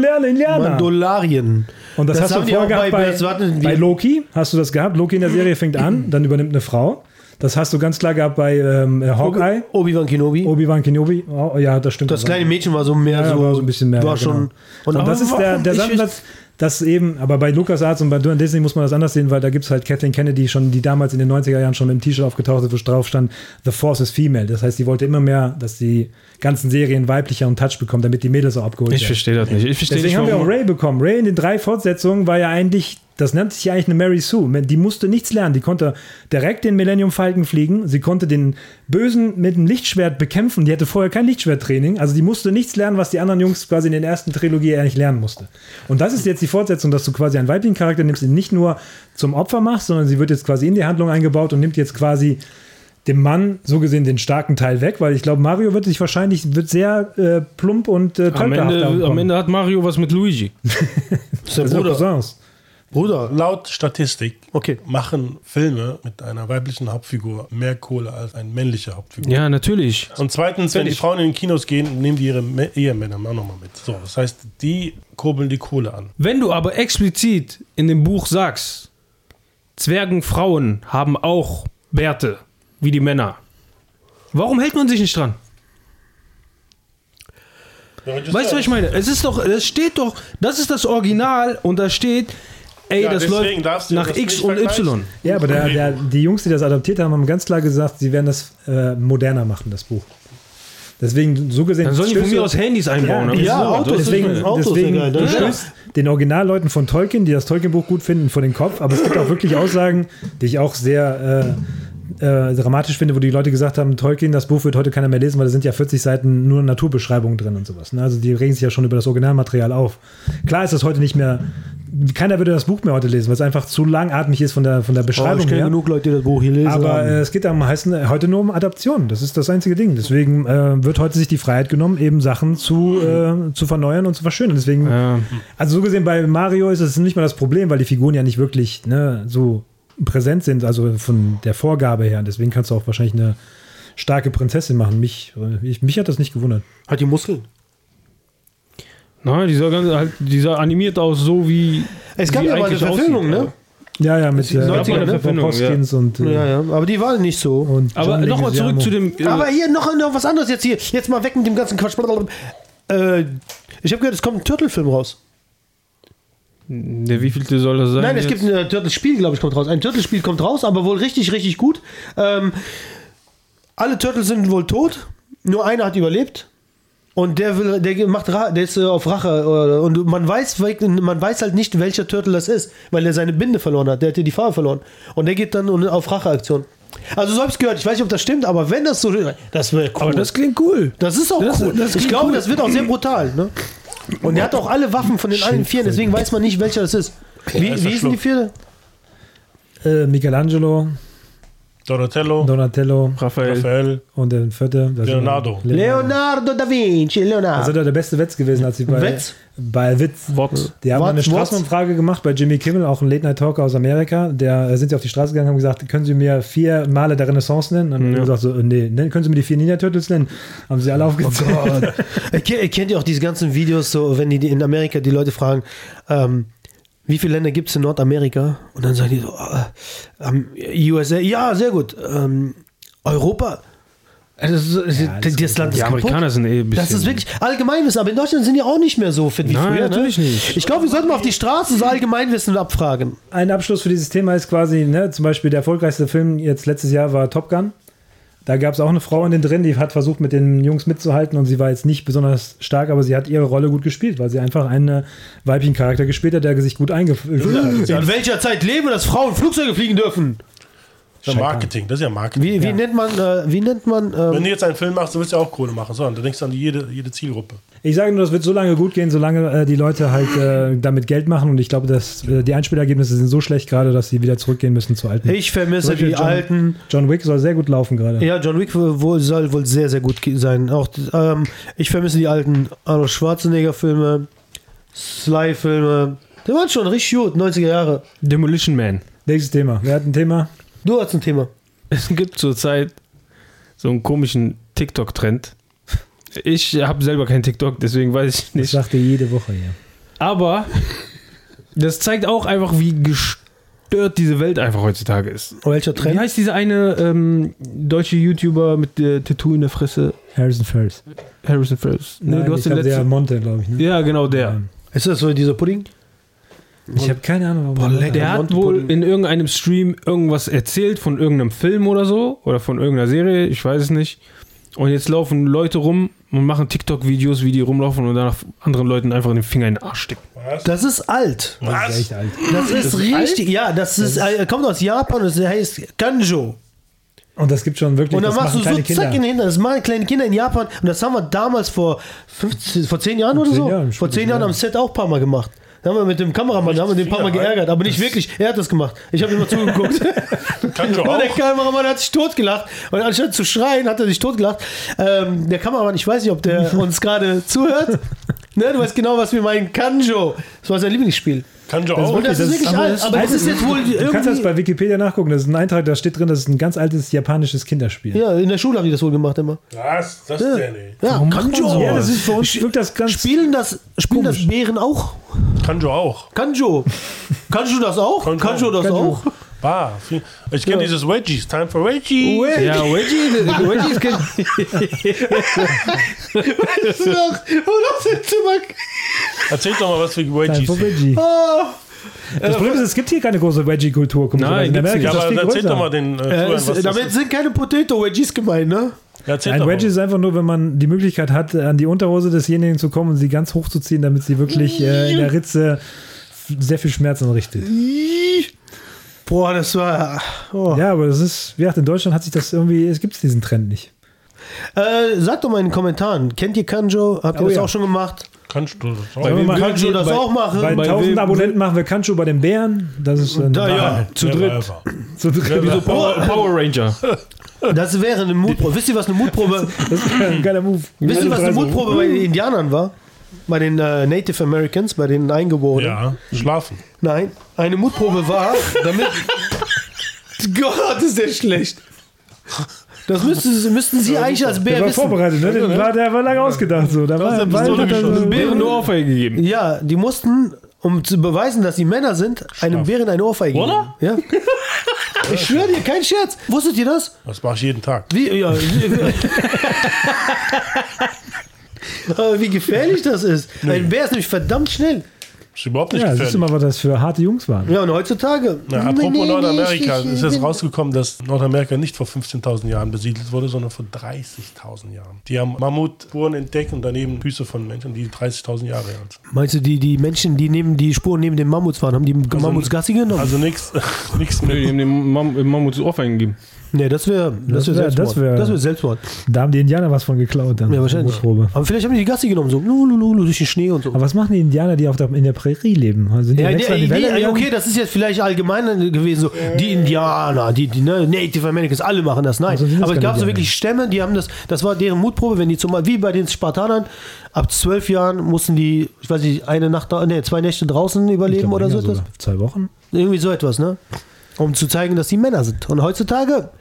B: Mandolarien.
A: Und das, hast du
B: haben die
A: vorher
B: auch
A: gehabt
B: bei-
A: bei,
B: das hatten
A: bei
B: wir-
A: Loki, hast du das gehabt. Loki in der Serie fängt an, dann übernimmt eine Frau. Das hast du ganz klar gehabt bei ähm, Hawkeye.
B: Obi-Wan Kenobi.
A: Obi-Wan Kenobi. Oh, ja, das stimmt.
B: Das
A: aber-
B: kleine Mädchen war so mehr
A: Ja,
B: so,
A: war so ein bisschen mehr,
B: war
A: ja,
B: schon.
A: genau.
B: Und,
A: Und das ist der, der
B: warum? Ich-
A: Satz, dass eben, aber bei LucasArts und bei Disney muss man das anders sehen, weil da gibt es halt Kathleen Kennedy schon, die damals in den neunziger Jahren schon mit dem T-Shirt aufgetaucht ist, wo drauf stand, The Force is Female. Das heißt, sie wollte immer mehr, dass die ganzen Serien weiblicher und Touch bekommen, damit die Mädels auch abgeholt
D: Ich
A: werden.
D: verstehe das nicht. Ich verstehe
A: Deswegen
D: nicht,
A: haben wir auch
D: warum-
A: Ray bekommen. Ray in den drei Fortsetzungen war ja eigentlich, das nennt sich ja eigentlich eine Mary Sue. Die musste nichts lernen. Die konnte direkt den Millennium Falcon fliegen. Sie konnte den Bösen mit dem Lichtschwert bekämpfen. Die hatte vorher kein Lichtschwerttraining. Also die musste nichts lernen, was die anderen Jungs quasi in der ersten Trilogie eigentlich lernen musste. Und das ist jetzt die Fortsetzung, dass du quasi einen weiblichen Charakter nimmst, den nicht nur zum Opfer machst, sondern sie wird jetzt quasi in die Handlung eingebaut und nimmt jetzt quasi dem Mann so gesehen den starken Teil weg, weil ich glaube, Mario wird sich wahrscheinlich wird sehr äh, plump und äh,
D: Am
A: tölpelhaft
D: Ende,
A: ankommen.
D: am Ende hat Mario was mit Luigi.
B: Das ist
A: Das
B: der
A: sind
B: Bruder.
A: Cousins.
B: Bruder.
C: Laut Statistik
B: Okay.
C: machen Filme mit einer weiblichen Hauptfigur mehr Kohle als eine männliche Hauptfigur.
D: Ja, natürlich.
C: Und zweitens, wenn die
D: Völlig.
C: Frauen in den Kinos gehen, nehmen die ihre Me- Ehemänner auch nochmal mit. So, das heißt, die kurbeln die Kohle an.
D: Wenn du aber explizit in dem Buch sagst, Zwergenfrauen haben auch Bärte, wie die Männer, warum hält man sich nicht dran? Weißt du, was ich meine? Es ist doch, es steht doch, das ist das Original und da steht, ey,
C: Ja,
D: das
C: deswegen
D: läuft
C: darfst du
D: nach
C: das
D: X
C: nicht
D: und
C: vergleichen.
D: Y.
A: Ja, aber der, der, die Jungs, die das adaptiert haben, haben ganz klar gesagt, sie werden das äh, moderner machen, das Buch. Deswegen, so gesehen.
D: Dann sollen die von
A: stößt
D: mir
A: du-
D: aus Handys einbauen.
A: Ja,
D: aber
B: ja,
D: so,
B: Autos,
D: das ist-
A: deswegen,
B: Autos sind
A: deswegen
B: geil,
A: du
B: das-
A: stößt den Originalleuten von Tolkien, die das Tolkien-Buch gut finden, vor den Kopf. Aber es gibt auch wirklich Aussagen, die ich auch sehr äh, äh, dramatisch finde, wo die Leute gesagt haben, Tolkien, das Buch wird heute keiner mehr lesen, weil da sind ja vierzig Seiten nur Naturbeschreibungen drin und sowas. Ne? Also die regen sich ja schon über das Originalmaterial auf. Klar ist das heute nicht mehr, keiner würde das Buch mehr heute lesen, weil es einfach zu langatmig ist von der, von der
B: Oh,
A: Beschreibung
B: ich kenne
A: her.
B: genug Leute, die das Buch hier lesen.
A: Aber
B: haben.
A: äh, es geht am heißen äh, heute nur um Adaption. Das ist das einzige Ding. Deswegen äh, wird heute sich die Freiheit genommen, eben Sachen zu, äh, zu verneuern und zu verschönern. Deswegen,
D: Ja.
A: also so gesehen bei Mario ist es nicht mal das Problem, weil die Figuren ja nicht wirklich ne, so präsent sind, also von der Vorgabe her. Deswegen kannst du auch wahrscheinlich eine starke Prinzessin machen. Mich, äh, ich, mich hat das nicht gewundert.
B: Hat die Muskeln.
D: Nein, die sah, ganz, halt, die sah animiert aus, so wie.
B: Es gab
D: sie
B: ja mal eine
D: eigentlich
B: Verfilmung,
D: aussieht,
B: ne?
A: Ja, ja, mit äh,
B: neunziger, ne?
A: Bob Hoskins und, äh,
B: Ja, ja, aber die war nicht so.
A: und
D: Aber
A: John
D: nochmal zurück
A: Leguizamo.
D: zu dem. äh,
B: Aber hier noch, noch was anderes jetzt hier. Jetzt mal weg mit dem ganzen Quatsch. Äh, ich habe gehört, es kommt ein Turtle-Film raus.
D: Der wievielte soll das sein?
B: Nein, es
D: jetzt?
B: gibt ein Turtle-Spiel, glaube ich, kommt raus. Ein Turtle-Spiel kommt raus, aber wohl richtig, richtig gut. Ähm, alle Turtles sind wohl tot. Nur einer hat überlebt. Und der will, der macht, Ra- der ist äh, auf Rache. Äh, und man weiß, man weiß halt nicht, welcher Turtle das ist, weil er seine Binde verloren hat. Der hat ja die Farbe verloren. Und der geht dann auf Racheaktion. Also so habe ich es gehört. Ich weiß nicht, ob das stimmt, aber wenn das so, das wäre cool.
D: Aber das klingt cool.
B: Das ist auch
D: Das-
B: cool.
D: das
B: ich
D: klingt
B: glaube,
D: cool.
B: das wird auch sehr brutal. Ne? Und er hat auch alle Waffen von den allen Vieren, deswegen weiß man nicht, welcher das ist. Wie,
C: ist
B: wie
C: der
B: hießen die
C: Schluck.
B: vier?
A: äh, Michelangelo.
C: Donatello,
A: Donatello
D: Raphael.
C: Raphael,
A: und der vierte. das
C: Leonardo.
A: ist-
B: Leonardo da Vinci,
A: Das
B: Leonardo.
A: ist doch der beste Witz gewesen, als sie bei
B: Witz?
A: bei Witz.
D: Wotz.
A: Die haben
B: What?
A: eine Straßenumfrage gemacht bei Jimmy Kimmel, auch ein Late-Night-Talker aus Amerika. Der äh, sind sie auf die Straße gegangen und haben gesagt, können Sie mir vier Male der Renaissance nennen? Dann haben
D: Ja.
A: die gesagt, so, äh, nee, ne, können Sie mir die vier Ninja Turtles nennen? Haben sie alle aufgezählt.
B: Gott. Ihr kennt- ihr kennt ja auch diese ganzen Videos, so wenn die die in Amerika die Leute fragen, ähm, wie viele Länder gibt es in Nordamerika? Und dann sagen die so, äh, ähm, U S A, ja, sehr gut. Ähm, Europa? Also, das, ist-
A: Ja,
B: das,
A: das
B: Land ist
D: Die
B: kaputt.
D: Amerikaner sind eh ein bisschen.
B: Das ist wirklich Allgemeinwissen, aber in Deutschland sind die auch nicht mehr so fit wie
D: Nein,
B: früher.
D: natürlich
B: ne?
D: nicht.
B: Ich glaube, wir sollten mal auf die Straße so Allgemeinwissen abfragen.
A: Ein Abschluss für dieses Thema ist quasi, ne, zum Beispiel der erfolgreichste Film jetzt letztes Jahr war Top Gun. Da gab es auch eine Frau in den drin, die hat versucht, mit den Jungs mitzuhalten und sie war jetzt nicht besonders stark, aber sie hat ihre Rolle gut gespielt, weil sie einfach einen weiblichen Charakter gespielt hat, der sich gut eingefühlt hat.
B: In welcher Zeit leben wir, dass Frauen Flugzeuge fliegen dürfen?
C: Das ist ja Marketing, das ist ja Marketing.
B: Wie, wie
A: Ja.
B: nennt man, äh, wie nennt man,
C: Wenn
B: ähm,
C: du jetzt einen Film machst, du willst ja auch Kohle machen. So, und da denkst du an jede, jede Zielgruppe.
A: Ich sage nur, das wird so lange gut gehen, solange äh, die Leute halt äh, damit Geld machen und ich glaube, dass äh, die Einspielergebnisse sind so schlecht gerade, dass sie wieder zurückgehen müssen zu alten.
B: ich vermisse
A: Zum Beispiel
B: die
A: John,
B: alten.
A: John Wick soll sehr gut laufen gerade.
B: Ja, John Wick wohl, soll wohl sehr, sehr gut sein. Auch, ähm, ich vermisse die alten Arnold Schwarzenegger-Filme, Sly-Filme. Die waren schon richtig gut, neunziger Jahre.
D: Demolition Man.
A: Nächstes Thema. Wer hat ein Thema?
B: Du hast ein Thema.
D: Es gibt zurzeit so einen komischen TikTok-Trend. Ich habe selber kein TikTok, deswegen weiß ich
A: Das
D: nicht.
A: sagt ihr jede Woche hier.
D: Aber das zeigt auch einfach, wie gestört diese Welt einfach heutzutage ist.
B: Welcher
D: Wie
B: Trend?
D: heißt dieser eine ähm, deutsche YouTuber mit der Tattoo in der Fresse?
A: Harrison Fels.
D: Harrison Fels. Nee,
A: Nein,
D: du hast
A: ich
D: den
A: glaub, der
D: letzten.
A: Monte, glaube ich. Ne?
D: Ja, genau der.
B: Ist das so dieser Pudding?
A: Ich habe keine Ahnung, warum.
B: Boah, lecker.
D: Der hat
B: Monte
D: wohl
B: Pudding.
D: in irgendeinem Stream irgendwas erzählt von irgendeinem Film oder so oder von irgendeiner Serie, ich weiß es nicht. Und jetzt laufen Leute rum und machen TikTok-Videos, wie die rumlaufen und dann anderen Leuten einfach den Finger in den Arsch stecken.
B: Das ist alt.
A: Das ist echt alt.
B: Das ist richtig. Ja, das ist, äh, kommt aus Japan und es heißt Kanjo.
A: Und das gibt schon wirklich,
B: Und dann
A: das
B: machst du
A: machen
B: so
A: kleine
B: zack in
A: Kinder.
B: den Hintern. Das machen kleine Kinder in Japan. Und das haben wir damals vor fünfzehn, vor zehn Jahren oder
A: zehn
B: so?
A: Jahren,
B: vor zehn
A: stimmt,
B: Jahren
A: ja.
B: am Set auch ein paar Mal gemacht. Da haben wir mit dem Kameramann, da haben wir den ein paar Mal
C: Finger rein.
B: geärgert. Aber nicht wirklich. Er hat das gemacht. Ich habe immer zugeguckt.
C: Kann schon
B: Und der
C: auch.
B: Kameramann hat sich totgelacht. Und anstatt zu schreien, hat er sich totgelacht. Ähm, der Kameramann, ich weiß nicht, ob der uns gerade zuhört. Ne, du weißt genau, was wir meinen. Kanjo. Das war sein Lieblingsspiel.
C: Kann schon
A: Das ist
C: auch.
B: Und das,
A: das
B: ist
A: ist-
B: wirklich
A: aber
B: alt.
A: das-
B: Aber das ist jetzt wohl
A: Du kannst das
B: irgendwie...
A: bei Wikipedia nachgucken. Das ist ein Eintrag, da steht drin, das ist ein ganz altes japanisches Kinderspiel.
B: Ja, in der Schule habe ich das wohl gemacht immer.
C: Was? Das
B: Ja,
C: denn, ey?
B: ja Kanjo.
A: Ja, das ist für uns wirkt das ganz.
B: Spielen das, spielen das
A: komisch.
B: Bären auch?
C: Kann schon auch.
B: Kanjo. Kannst du das auch?
C: Kanjo.
B: Kannst du das
A: Kanjo.
B: auch?
C: Bah. viel- Ich kenne
B: Ja.
C: dieses Wedgies. Time for Wedgies.
D: Ja, Wedgie, Wedgies kennt.
B: Das ist doch... Wo das jetzt immer...
C: Erzähl doch mal was für
A: Nein,
C: Wedgies.
A: für Veggie.
B: Ah.
A: Das Problem ist, es gibt hier keine große Veggie-Kultur.
D: Nein,
A: in
D: gibt's
A: Amerika
D: nicht.
C: Ja,
A: ist das
C: aber
A: viel
C: erzähl
A: größer.
C: doch mal den äh,
B: Äh,
C: Zuhörern,
B: es,
C: was das
B: damit
C: ist.
B: sind keine Potato-Wedgies gemeint, ne?
C: Ja, erzähl
A: Ein
C: doch
A: Wedgie
C: mal.
A: ist einfach nur, wenn man die Möglichkeit hat, an die Unterhose desjenigen zu kommen und sie ganz hochzuziehen, damit sie wirklich äh, in der Ritze sehr viel Schmerz anrichtet.
B: Boah, das war... Oh.
A: Ja, aber das ist, wie gesagt, in Deutschland hat sich das irgendwie, es gibt diesen Trend nicht.
B: Äh, sagt doch mal in den Kommentaren, kennt ihr Kanjo? Habt ihr
A: Oh
B: das
A: ja.
B: auch schon gemacht?
C: Kannst du das auch?
A: Sollen wir mal
B: Kannst du das
D: bei-
B: auch machen?
A: Bei
D: Bei
A: tausend
D: wem-
A: Abonnenten machen wir Kancho bei den Bären. Das ist äh,
B: Da, ja.
D: Zu
C: Never
D: dritt.
C: ever.
A: so
D: Wie so Power, Power Ranger.
B: Das wäre eine Mutprobe. Wisst ihr, was eine Mutprobe...
A: Das ist ein geiler Move.
B: Wisst ihr, was eine
A: Also,
B: Mutprobe bei den Indianern war? Bei den äh, Native Americans, bei den Eingeborenen?
C: Ja, schlafen.
B: Nein, eine Mutprobe war, damit... Gott, ist der schlecht. Das müssten, müssten Sie eigentlich als
A: Der
B: Bär
A: war
B: wissen.
A: vorbereitet, ne? Der war, der war lange ausgedacht. So. Da war,
C: hat
A: war,
C: Pistole
A: hat er so,
C: geschossen.
D: Bären nur Ohrfeige gegeben.
B: Ja, die mussten, um zu beweisen, dass sie Männer sind, einem Bären eine Ohrfeige geben.
C: Oder?
B: Ja. Ich schwöre dir, kein Scherz. Wusstet ihr das?
C: Das mache ich jeden Tag.
B: Wie, ja, Aber wie gefährlich das ist. Ein Bär ist nämlich verdammt schnell.
C: Ist überhaupt nicht
A: ja, siehst
C: gefährlich.
A: du mal, was das für harte Jungs waren.
B: Ja, und heutzutage.
C: Na, apropos Nordamerika, ist jetzt rausgekommen, dass Nordamerika nicht vor fünfzehntausend Jahren besiedelt wurde, sondern vor dreißigtausend Jahren. Die haben Mammutspuren entdeckt und daneben Füße von Menschen, die dreißigtausend Jahre alt sind.
B: Meinst du, die, die Menschen, die neben die Spuren neben den Mammuts waren, haben die Mammuts Gassi genommen?
C: Also nichts nix
D: Nö,
C: mit.
D: die haben den Mam Mammuts Ohrfeigen gegeben.
B: Nee, das wäre das
A: Das
B: wär
A: wär-
B: Selbstmord.
A: das wär-
B: Das wäre Selbstmord.
A: Da haben die Indianer was von geklaut. Dann.
B: Ja, wahrscheinlich.
A: Mutprobe.
B: Aber vielleicht haben die die Gassi genommen, so lulululu, durch den Schnee und so.
A: Aber was machen die Indianer, die auf der, in der Prärie leben? Also sind die
B: Ja,
A: extra in
B: nee,
A: die Wälder
B: nee,
A: gegangen?
B: okay, das ist jetzt vielleicht allgemein gewesen, so die Indianer, die, die ne, Native Americans, alle machen das, nein.
A: Also sind das
B: Aber es
A: keine
B: gab so
A: Indianer.
B: wirklich Stämme, die haben das, das war deren Mutprobe, wenn die zum wie bei den Spartanern, ab zwölf Jahren mussten die, ich weiß nicht, eine Nacht, nee, zwei Nächte draußen
A: Ich
B: überleben
A: glaub,
B: oder so
A: länger
B: etwas.
A: sogar. Zwei Wochen?
B: Irgendwie so etwas, ne? Um zu zeigen, dass die Männer sind. Und heutzutage,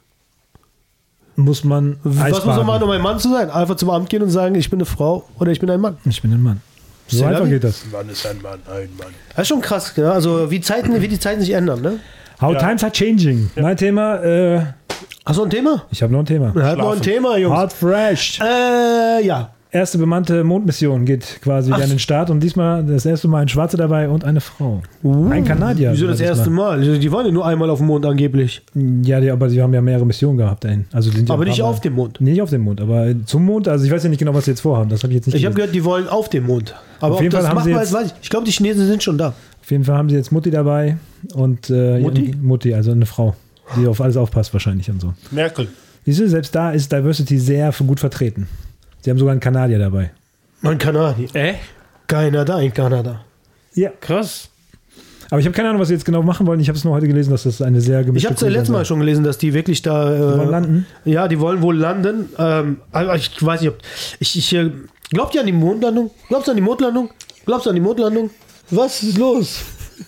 A: Muss man
B: was muss man
A: Eisbaden.
B: machen, um ein Mann zu sein? Einfach zum Amt gehen und sagen, ich bin eine Frau oder ich bin ein Mann.
A: Ich bin ein Mann. So
B: Sehr
A: einfach
B: lange?
A: geht das.
C: Mann ist ein Mann, ein Mann.
B: Das ist schon krass, ja? Also wie, Zeiten, wie die Zeiten sich ändern, ne?
A: How
C: Ja.
A: times are changing. Mein Thema, äh,
B: Hast du ein Thema?
A: ich habe noch ein Thema.
B: Er hat noch ein Thema, Jungs.
A: Hard Fresh.
B: Äh, ja.
A: Erste bemannte Mondmission geht quasi wieder an den Start und diesmal das erste Mal ein Schwarzer dabei und eine Frau. Ein Kanadier.
B: Wieso das
A: sogar
B: erste
A: diesmal.
B: Mal? Die waren ja nur einmal auf dem Mond angeblich.
A: Ja, die, aber sie haben ja mehrere Missionen gehabt dahin. Also die sind ja
B: Aber
A: ein paar
B: nicht
A: Mal-
B: auf dem Mond.
A: Nicht auf dem Mond, aber zum Mond. Also ich weiß ja nicht genau, was sie jetzt vorhaben. Das habe ich jetzt nicht
B: Ich habe
A: gelesen.
B: gehört, die wollen auf dem Mond. Aber
A: Auf
B: ob
A: jeden
B: das
A: Fall haben
B: machbar
A: sie
B: ist,
A: jetzt-
B: weiß ich. Ich glaube, die Chinesen sind schon da.
A: Auf jeden Fall haben sie jetzt Mutti dabei und äh,
B: Mutti?
A: ihren- Mutti, also eine Frau, die auf alles aufpasst wahrscheinlich und so.
C: Merkel.
A: Siehst du, selbst da ist Diversity sehr gut vertreten. Sie haben sogar einen Kanadier dabei.
B: Ein Kanadier.
D: Äh?
B: Keiner da in Kanada.
A: Ja.
D: Krass.
A: Aber ich habe keine Ahnung, was sie jetzt genau machen wollen. Ich habe es nur heute gelesen, dass das eine sehr
B: Ich
A: gemischte
B: habe es ja
A: Crew
B: letztes Mal
A: sein
B: schon gelesen, dass die wirklich da. Äh,
A: soll. Wollen landen?
B: Ja, die wollen wohl landen. Ähm, aber ich weiß nicht, ob. Ich, ich, äh, glaubt ihr an die Mondlandung? Glaubst du an die Mondlandung? Glaubst du an die Mondlandung? Was ist los?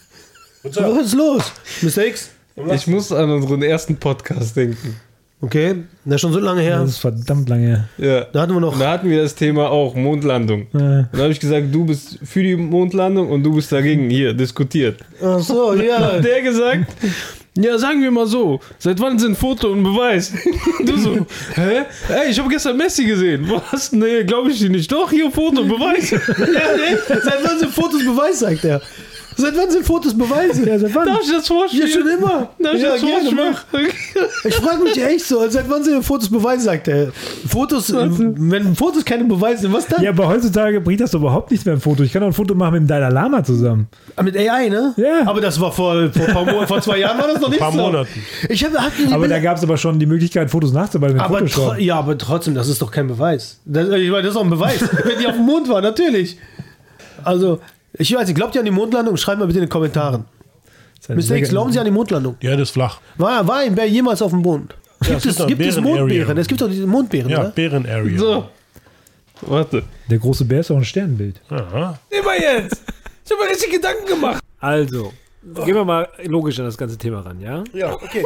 B: Was ist los? Mister X?
D: Ich muss an unseren ersten Podcast denken.
B: Okay, das ist schon so lange her.
A: Das ist verdammt lange her.
D: Ja.
B: Da hatten wir noch.
D: Und da hatten wir das Thema auch, Mondlandung.
A: Äh,
D: Und da habe ich gesagt, du bist für die Mondlandung und du bist dagegen. Hier, diskutiert.
B: Ach so, ja.
D: Hat der gesagt, ja, sagen wir mal so, seit wann sind Foto und Beweis? Du so, hä? Ey, ich habe gestern Messi gesehen. Was? Nee, glaube ich dir nicht. Doch, hier Foto und Beweis.
B: Ja, nee. Seit wann sind Fotos Beweis, sagt er. Seit wann sind Fotos Beweise?
A: ja, seit wann?
D: Darf ich das
B: Ja,
D: vorspielen?
B: schon immer.
D: Darf ich
B: Ja,
D: das
B: gerne,
D: vorspielen?
B: mach. Ich frage mich echt so, seit wann sind Fotos Beweise, sagt er. Fotos, wenn Fotos keine Beweise sind, was dann?
A: Ja, aber heutzutage bringt das doch überhaupt nichts mehr im Foto. Ich kann doch ein Foto machen mit dem Dalai Lama zusammen.
B: Mit A I, ne?
A: Ja.
B: Aber das war vor, vor, ein paar Monaten, vor zwei Jahren war das noch nicht
C: Ein paar
B: so.
C: Monaten.
B: Ich hab, hab die
A: Aber da
B: Bilder-
A: gab es aber schon die Möglichkeit, Fotos nachzubauen mit
B: aber
A: Photoshop.
B: tro- ja, aber trotzdem, das ist doch kein Beweis. Das, ich meine, das ist doch ein Beweis, wenn die auf dem Mond war, natürlich. Also, ich weiß nicht, glaubt ihr an die Mondlandung? Schreibt mal bitte in den Kommentaren. Mister X, glauben Sie an die Mondlandung?
C: Die Erde ist flach.
B: War, war ein Bär jemals auf dem Mond? Gibt
C: es
B: es,
C: gibt
B: gibt
C: doch
B: es
C: Bären-Area.
B: Mondbeeren? Es gibt doch diese Mondbeeren,
C: Ja,
B: oder?
C: Bären-Area.
D: So. Warte.
A: Der große Bär ist auch ein Sternbild.
C: Aha.
D: Immer jetzt. Ich habe mir richtig Gedanken gemacht.
A: Also, gehen wir mal logisch an das ganze Thema ran, ja?
B: Ja, okay.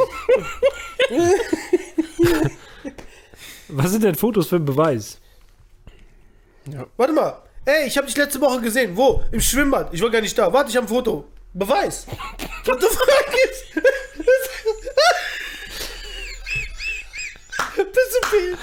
A: Was sind denn Fotos für einen Beweis?
B: Warte mal. Ey, ich habe dich letzte Woche gesehen. Wo? Im Schwimmbad. Ich war gar nicht da. Warte, ich habe ein Foto. Beweis. What the fuck ist? Bisschen viel.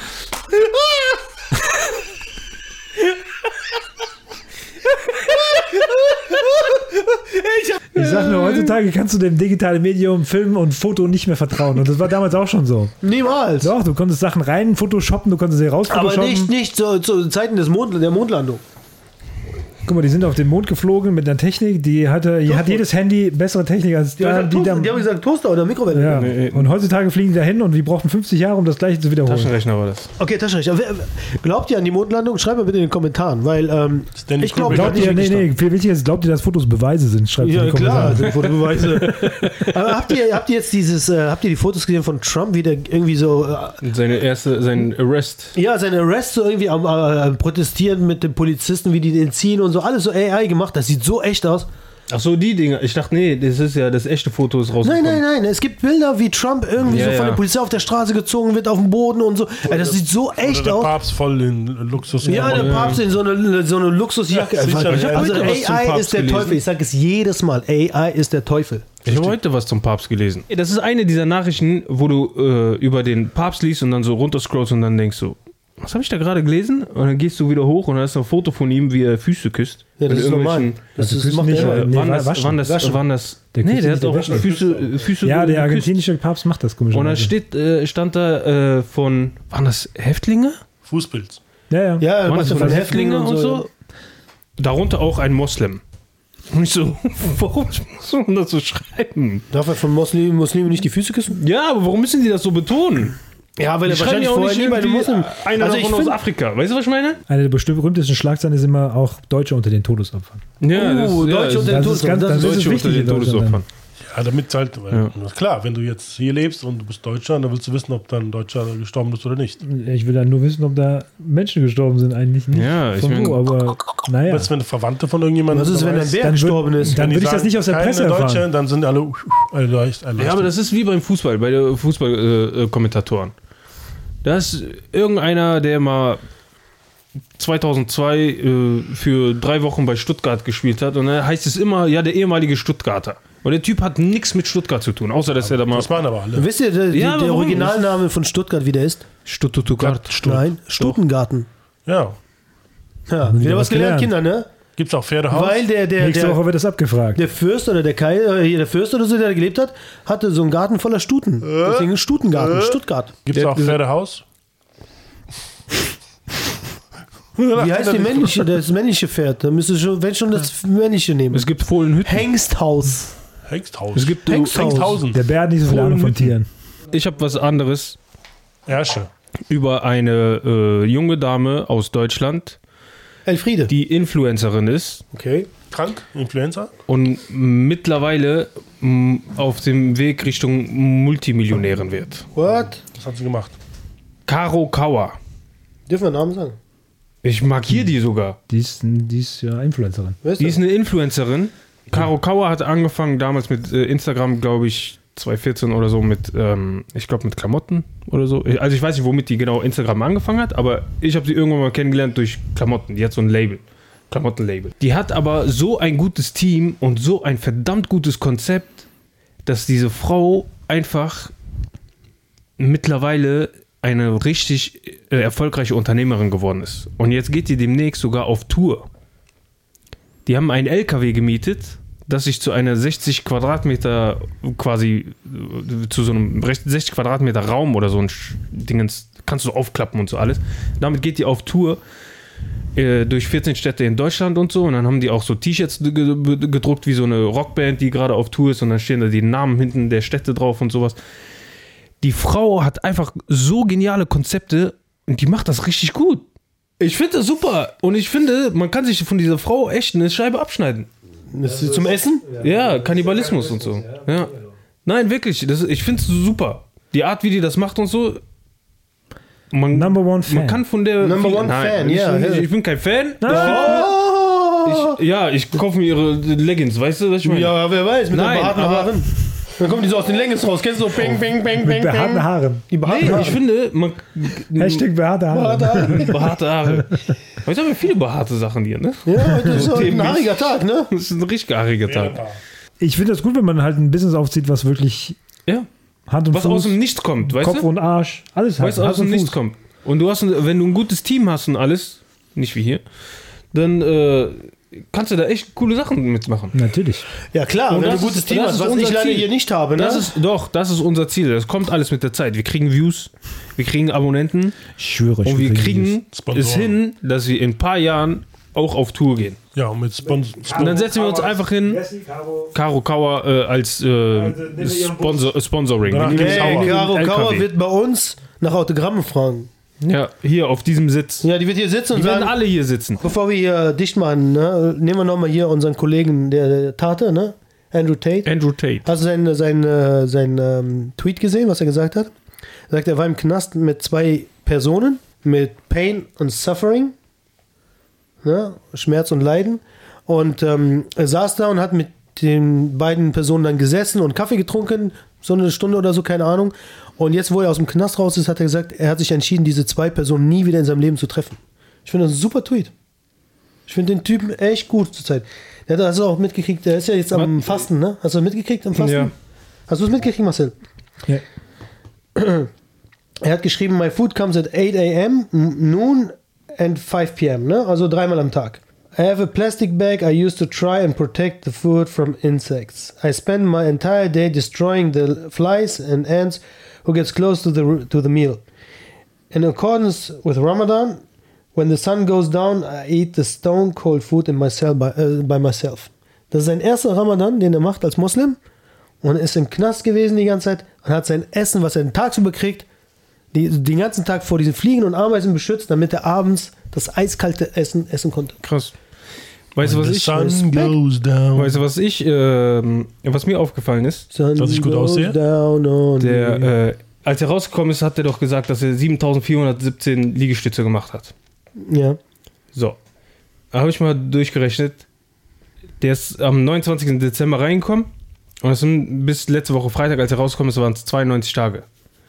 A: Ich sag nur, heutzutage kannst du dem digitalen Medium Film und Foto nicht mehr vertrauen. Und das war damals auch schon so.
B: Niemals.
A: Doch, du konntest Sachen rein photoshoppen, du konntest sie raus
B: Aber
A: photoshoppen.
B: nicht, nicht zu, zu Zeiten des Mond, der Mondlandung.
A: Guck mal, die sind auf den Mond geflogen mit einer Technik, die hatte, die hat jedes Handy bessere Technik als
B: Die, haben
A: da, die
B: gesagt,
A: da.
B: Toaster, die haben gesagt Toaster oder Mikrowelle.
A: Ja.
D: Nee.
A: Und heutzutage fliegen die da hin und wir brauchen fünfzig Jahre, um das gleiche zu wiederholen.
D: Taschenrechner war das.
B: Okay, Taschenrechner. Wer- wer- Glaubt ihr an die Mondlandung? Schreibt mal bitte in den Kommentaren, weil ähm,
C: Stanley
B: ich glaube
C: Kubrick
A: Glaubt
B: nicht
A: ihr, nee,
B: wirklich
A: nee, viel wichtiger ist, glaubt ihr, dass Fotos Beweise sind? Schreibt in
B: Ja,
A: die
B: klar,
A: Kommentare.
B: sind Fotobeweise. Aber habt ihr, habt ihr jetzt dieses, äh, habt ihr die Fotos gesehen von Trump, wie der irgendwie so, äh,
D: Seine erste, sein Arrest.
B: ja, seine Arrest so irgendwie am äh, protestieren mit den Polizisten, wie die den ziehen und so, alles so A I gemacht, das sieht so echt aus.
D: Ach so, die Dinger. Ich dachte, nee, das ist ja das echte Foto ist
B: Nein,
D: rausgekommen.
B: nein, nein, es gibt Bilder, wie Trump irgendwie
D: Ja,
B: so von
D: ja.
B: der Polizei auf der Straße gezogen wird, auf dem Boden und so. Ey, das sieht so
C: Oder
B: echt
C: der
B: aus.
C: Papst voll in Luxus.
B: Ja, der Papst in so eine, so eine Luxusjacke.
C: Ja, sicher,
B: also
C: ich hab
D: heute was zum
B: A I
D: Papst
B: ist der
D: gelesen.
B: Teufel. Ich sage es jedes Mal. A I ist der Teufel.
D: Ich habe heute was zum Papst gelesen. Das ist eine dieser Nachrichten, wo du äh, über den Papst liest und dann so runterscrollst und dann denkst du, was habe ich da gerade gelesen? Und dann gehst du wieder hoch und dann ist ein Foto von ihm, wie er Füße küsst.
B: Ja, das
D: Mit
B: ist normal.
D: irgendwelchen-
B: Das,
A: Also
B: ist,
A: küssen
B: macht
A: nicht,
B: er
A: aber-
B: immer.
A: Nee,
D: wann, das,
A: waschen.
D: wann, das,
B: Waschen.
D: wann das.
A: Der
D: Nee,
A: küsst
D: der
A: nicht,
D: hat
A: der
D: auch
A: wäscht.
D: Füße, Füße
A: Ja, der
D: geküsst.
A: argentinische Papst macht das komisch.
D: Und dann steht, äh, stand da äh, von, waren das Häftlinge?
C: Fußpilz.
A: Ja, ja.
B: Ja,
D: Waren
B: macht
D: das
B: er
D: von
B: von
D: Häftlingen und so? Darunter auch ein Moslem. Und ich so, warum muss man das so schreiben?
B: Darf er von Muslimen, Muslimen nicht die Füße küssen?
D: Ja, aber warum müssen die das so betonen?
B: Ja, weil
D: Die
B: er
D: schreiben
B: wahrscheinlich
D: ja auch
B: vorher
D: nicht
B: nie bei den
D: irgendwie
B: Muslimen.
D: einer
B: Also ich
D: davon aus
B: find-
D: Afrika. Weißt du, was ich meine?
A: Eine der bestimmt berühmtesten Schlagzeilen ist immer auch Deutsche unter den Todesopfern.
D: Ja,
B: Oh, Deutsche unter den
A: das ist
B: Todesopfern.
A: ganz-
B: Das
A: das
B: ist
A: ist
D: Deutsche
A: wichtig
D: unter den
A: in Deutschland
D: Todesopfern.
C: Ja, damit halt, weil,
D: Ja.
C: klar, wenn du jetzt hier lebst und du bist Deutscher, dann willst du wissen, ob dann ein Deutscher gestorben ist oder nicht.
A: Ich will dann nur wissen, ob da Menschen gestorben sind, eigentlich nicht.
D: Ja, ich
A: von
D: mein-
A: wo, aber naja.
C: Was, wenn du Verwandte von irgendjemandem
B: Was ist, wenn
C: dabei
B: ein Bär
A: Dann
B: gestorben
A: würd-
B: ist?
A: dann
C: Wenn die
A: würde ich das
C: sagen,
A: nicht aus der
C: keine
A: Presse
C: Deutsche,
A: erfahren.
C: dann sind alle erleichtert. erleichtert.
D: Ja, aber das ist wie beim Fußball, bei den Fußballkommentatoren. Da ist irgendeiner, der mal zweitausendzwei äh, für drei Wochen bei Stuttgart gespielt hat und dann heißt es immer, ja, der ehemalige Stuttgarter. Und der Typ hat nichts mit Stuttgart zu tun, außer dass er da mal
C: Das machen aber alle.
B: Wisst ihr, der,
D: Ja,
B: der
D: warum?
B: Originalname von Stuttgart, wie der ist?
D: Stuttgart.
B: Nein, Stutengarten.
C: Ja.
B: Ja, wieder was gelernt, Kinder, ne?
C: Gibt es auch Pferdehaus?
B: Weil der, der,
A: Nächste
B: der,
A: Woche wird das abgefragt.
B: der Fürst oder der Kai, äh, hier der Fürst oder so, der da gelebt hat, hatte so einen Garten voller Stuten. Deswegen Stutengarten, Stuttgart.
C: Gibt es
D: Der-
C: auch Pferdehaus?
B: Wie heißt die männliche, das männliche Pferd? Da müsste schon, wenn schon das männliche nehmen.
D: Es gibt Fohlenhütten.
B: Hengsthaus.
C: Hengsthaus.
D: Es gibt
B: Hengsthaus.
C: Hengsthausen.
A: Der Bär hat nicht so viel Ahnung von Tieren.
D: Ich habe was anderes
C: Ersche.
D: über eine äh, junge Dame aus Deutschland,
B: Elfriede.
D: die Influencerin ist
B: Okay.
C: Krank? Influencer?
D: und mittlerweile mh, auf dem Weg Richtung Multimillionärin wird.
B: What?
C: Was hat sie gemacht?
D: Caro Kauer.
B: Dürfen wir Namen sagen?
D: Ich markiere die sogar.
A: Die ist, die ist ja Influencerin.
B: Wer ist
D: Die
B: das?
D: ist eine Influencerin. Caro Kauer hat angefangen damals mit äh, Instagram, glaube ich, zwanzig vierzehn oder so mit, ähm, ich glaube mit Klamotten oder so. Also ich weiß nicht, womit die genau Instagram angefangen hat, aber ich habe sie irgendwann mal kennengelernt durch Klamotten. Die hat so ein Label, Klamottenlabel. Die hat aber so ein gutes Team und so ein verdammt gutes Konzept, dass diese Frau einfach mittlerweile eine richtig äh, erfolgreiche Unternehmerin geworden ist. Und jetzt geht die demnächst sogar auf Tour. Die haben einen L K W gemietet, das sich zu einer sechzig Quadratmeter quasi äh, zu so einem sechzig Quadratmeter Raum oder so ein Sch- Dingens kannst du aufklappen und so alles. Damit geht die auf Tour äh, durch vierzehn Städte in Deutschland und so und dann haben die auch so T-Shirts ge- ge- gedruckt wie so eine Rockband, die gerade auf Tour ist und dann stehen da die Namen hinten der Städte drauf und sowas. Die Frau hat einfach so geniale Konzepte und die macht das richtig gut. Ich finde das super und ich finde, man kann sich von dieser Frau echt eine Scheibe abschneiden.
B: Ist sie zum Essen?
D: Ja, Kannibalismus und so. Ja. Nein, wirklich, das, ich finde es super. Die Art, wie die das macht und so. Man,
A: Number one Fan.
D: man kann von der.
B: Number
D: viel-
B: one
D: Nein,
B: Fan,
D: ich,
B: ja,
D: ich,
B: ja.
D: ich bin kein Fan.
B: Oh!
D: Ich, ja, ich kaufe mir ihre Leggings, weißt du, was ich meine?
B: Ja, wer weiß, mit
D: Nein,
B: den behaarten
D: aber-
B: Haaren. Dann kommen die so aus den Länges raus. Kennst du so Ping, Ping, Ping, Ping,
A: Mit behaarten
B: Ping?
A: Haaren.
B: Die behaarten
D: Nee,
B: Haare.
D: ich finde, man.
A: Hashtag behaarte Haare.
B: Behaarte Haare.
D: Behaarte Haare. Aber ich habe ja viele behaarte Sachen hier, ne?
B: Ja, heute ist
D: So
B: so ein
D: Themen wie-
B: haariger Tag, ne?
D: Das ist ein richtig haariger Tag.
A: Ich finde das gut, wenn man halt ein Business aufzieht, was wirklich
D: Ja.
A: Hand und
D: Was aus
A: Fuß,
D: dem Nichts kommt, weißt
A: Kopf
D: du?
A: und Arsch, alles hat.
D: Weißt du,
A: Hand
D: aus dem
A: und
D: Nichts
A: Fuß.
D: kommt. Und du hast, ein- wenn du ein gutes Team hast und alles, nicht wie hier, dann äh, kannst du da echt coole Sachen mitmachen.
A: Natürlich.
B: Ja klar,
D: Und
B: wenn du
D: das
B: ein gutes
D: ist-
B: Team
D: das
B: hast,
D: ist
B: was
D: unser
B: ich leider
D: Ziel.
B: hier nicht habe, ne?
D: Das ist doch, das ist unser Ziel. Das kommt alles mit der Zeit. Wir kriegen Views, wir kriegen Abonnenten
A: Ich schwöre. ich
D: und wir
A: will
D: kriegen
C: Sponsoren.
D: es hin, dass wir in ein paar Jahren auch auf Tour gehen.
C: Ja, und mit Sponsor.
D: Und dann setzen wir uns einfach hin, Caro Kauer äh, als äh, Sponsor, äh, Sponsoring. Wir nehmen
B: Hey,
C: Kauer.
B: Caro
D: den L K W.
B: Kauer wird bei uns nach Autogrammen fragen.
D: Ja, hier auf diesem Sitz.
B: Ja, die wird hier sitzen und
D: Die werden
B: sagen,
D: alle hier sitzen.
B: bevor wir hier dicht machen, ne, nehmen wir nochmal hier unseren Kollegen, der, der Tate, ne? Andrew Tate.
D: Andrew Tate.
B: Hast du seinen sein, äh, sein, ähm, Tweet gesehen, was er gesagt hat? Er sagt, er war im Knast mit zwei Personen, mit Pain und Suffering, ne? Schmerz und Leiden. Und ähm, er saß da und hat mit den beiden Personen dann gesessen und Kaffee getrunken, so eine Stunde oder so, keine Ahnung. Und jetzt, wo er aus dem Knast raus ist, hat er gesagt, er hat sich entschieden, diese zwei Personen nie wieder in seinem Leben zu treffen. Ich finde das ein super Tweet. Ich finde den Typen echt gut zurzeit. Der hat also auch mitgekriegt, der ist ja jetzt am Fasten, ne? Hast du das mitgekriegt am Fasten?
D: Ja.
B: Hast du es mitgekriegt, Marcel?
A: Ja.
B: Er hat geschrieben, my food comes at eight a.m., noon and five p.m., ne? Also dreimal am Tag. I have a plastic bag I use to try and protect the food from insects. I spend my entire day destroying the flies and ants who gets close to the to the meal. In accordance with Ramadan, when the sun goes down, I eat the stone cold food in myself by, uh, by myself. Das ist sein erster Ramadan, den er macht als Muslim. Und er ist im Knast gewesen die ganze Zeit und hat sein Essen, was er den tagsüber kriegt, die, den ganzen Tag vor diesen Fliegen und Ameisen beschützt, damit er abends das eiskalte Essen essen konnte.
D: Krass. Weißt du, was
C: The
D: ich,
C: sun goes down.
D: weißt du, was ich, ähm, was mir aufgefallen ist?
B: Sun
C: Dass ich gut
B: goes
C: aussehe?
B: down on
D: Der,
B: me.
D: äh, als er rausgekommen ist, hat er doch gesagt, dass er siebentausendvierhundertsiebzehn Liegestütze gemacht hat.
B: Ja.
D: So. Da habe ich mal durchgerechnet. Der ist am neunundzwanzigsten Dezember reingekommen. Und das sind bis letzte Woche Freitag, als er rausgekommen ist, waren es zweiundneunzig Tage.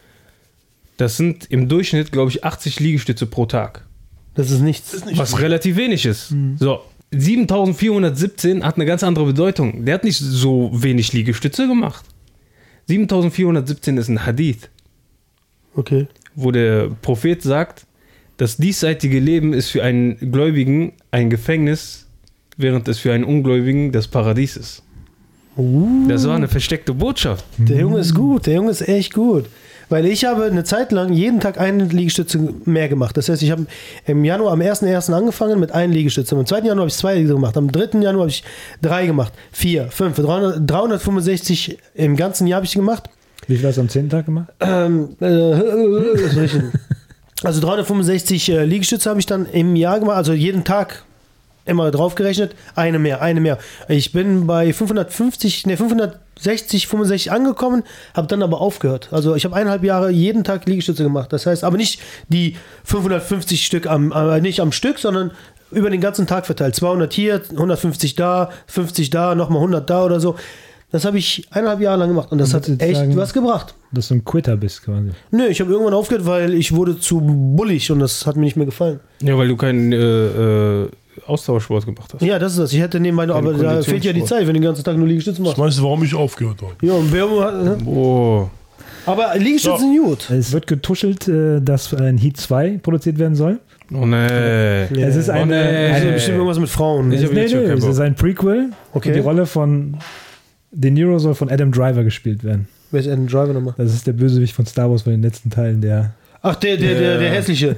D: Das sind im Durchschnitt, glaube ich, achtzig Liegestütze pro Tag.
B: Das ist nichts.
D: Was relativ wenig ist. So. siebentausendvierhundertsiebzehn hat eine ganz andere Bedeutung. Der hat nicht so wenig Liegestütze gemacht. siebentausendvierhundertsiebzehn ist ein Hadith,
B: Okay.
D: wo der Prophet sagt, das diesseitige Leben ist für einen Gläubigen ein Gefängnis, während es für einen Ungläubigen das Paradies ist.
B: Uh,
D: Das war eine versteckte Botschaft.
B: der Junge ist gut, der Junge ist echt gut. Weil ich habe eine Zeit lang jeden Tag eine Liegestütze mehr gemacht. Das heißt, ich habe im Januar am ersten ersten angefangen mit einer Liegestütze. Am zweiten Januar habe ich zwei gemacht. Am dritten Januar habe ich drei gemacht. Vier, fünf, dreihundert, dreihundertfünfundsechzig im ganzen Jahr habe ich die gemacht.
A: Wie viel hast du am zehnten Tag gemacht?
B: Ähm, äh, das ist richtig. Also dreihundertfünfundsechzig äh, Liegestütze habe ich dann im Jahr gemacht, also jeden Tag immer draufgerechnet, eine mehr, eine mehr. Ich bin bei fünfhundertfünfzig, ne fünfhundertsechzig, fünfundsechzig angekommen, habe dann aber aufgehört. Also ich habe eineinhalb Jahre jeden Tag Liegestütze gemacht. Das heißt aber nicht die fünfhundertfünfzig Stück am, äh, nicht am Stück, sondern über den ganzen Tag verteilt. zweihundert hier, hundertfünfzig da, fünfzig da, nochmal hundert da oder so. Das habe ich eineinhalb Jahre lang gemacht und das hat
A: Würdest du
B: echt
A: sagen,
B: was gebracht.
A: Dass du ein Quitter bist quasi.
B: Nö, ich habe irgendwann aufgehört, weil ich wurde zu bullig und das hat mir nicht mehr gefallen.
D: Ja, weil du keinen äh, äh, Ausdauersport gemacht hast.
B: Ja, das ist das. Ich hätte nebenbei noch,
D: Kein
B: aber da fehlt ja die
D: Konditionssport.
B: Zeit, wenn du den ganzen Tag nur Liegestützen
C: Das
B: machst.
C: meinst du, warum ich aufgehört habe?
B: Ja, und wer, ne?
D: Oh.
B: Aber Liegestützen sind gut.
A: Es wird getuschelt, äh, dass ein Heat zwei produziert werden soll.
D: Oh nee.
A: Es ist eine,
D: nee.
B: Also
A: eine
B: bestimmt irgendwas mit Frauen.
D: Ich
A: es,
D: hab
A: nee,
D: jetzt schon
A: nee,
D: keinen
A: es
D: Bock.
A: ist ein Prequel.
B: Okay.
A: Und die Rolle von De Niro soll von Adam Driver gespielt werden.
B: Wer ist Adam Driver nochmal?
A: Das ist der Bösewicht von Star Wars von den letzten Teilen, der.
B: Ach, der, der, der, der hässliche.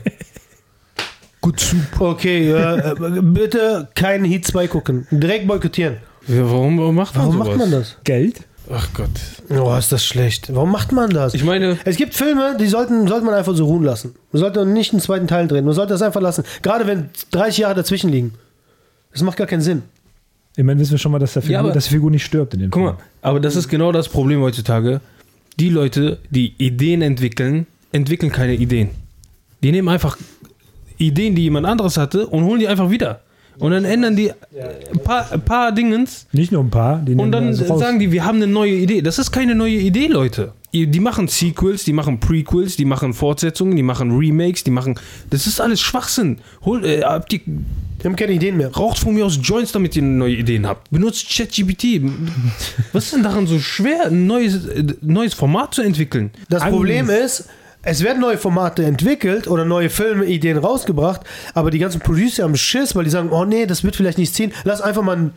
C: Gut, super.
B: Okay, äh, bitte keinen Heat zwei gucken. Direkt boykottieren.
D: Ja, warum, warum macht man
B: Warum
D: sowas?
B: macht man das?
A: Geld?
D: Ach Gott.
B: Oh, ist das schlecht. Warum macht man das?
D: Ich meine,
B: Es gibt Filme, die sollten, sollte man einfach so ruhen lassen. Man sollte nicht einen zweiten Teil drehen. Man sollte das einfach lassen. Gerade wenn dreißig Jahre dazwischen liegen. Das macht gar keinen Sinn.
A: Immerhin wissen wir schon mal, dass, der Figur,
D: Ja, aber-
A: dass die Figur nicht stirbt in dem
D: guck
A: Film.
D: mal, aber das ist genau das Problem heutzutage. Die Leute, die Ideen entwickeln, entwickeln keine Ideen. Die nehmen einfach Ideen, die jemand anderes hatte und holen die einfach wieder. Und dann ändern die ein paar, ein paar Dingens
A: Nicht nur ein paar. Die
D: und
A: nehmen
D: dann
A: also raus.
D: sagen die, wir haben eine neue Idee. Das ist keine neue Idee, Leute. Die machen Sequels, die machen Prequels, die machen Fortsetzungen, die machen Remakes, die machen... Das ist alles Schwachsinn. Hol, äh, habt ihr,
B: Die haben keine Ideen mehr.
D: raucht von mir aus Joints, damit ihr neue Ideen habt. Benutzt ChatGPT. Was ist denn daran so schwer, ein neues, äh, neues Format zu entwickeln?
B: Das
A: Angst.
B: Problem ist, es werden neue Formate entwickelt oder neue Filmideen rausgebracht, aber die ganzen Producer haben Schiss, weil die sagen, oh nee, das wird vielleicht nicht ziehen. Lass einfach mal ein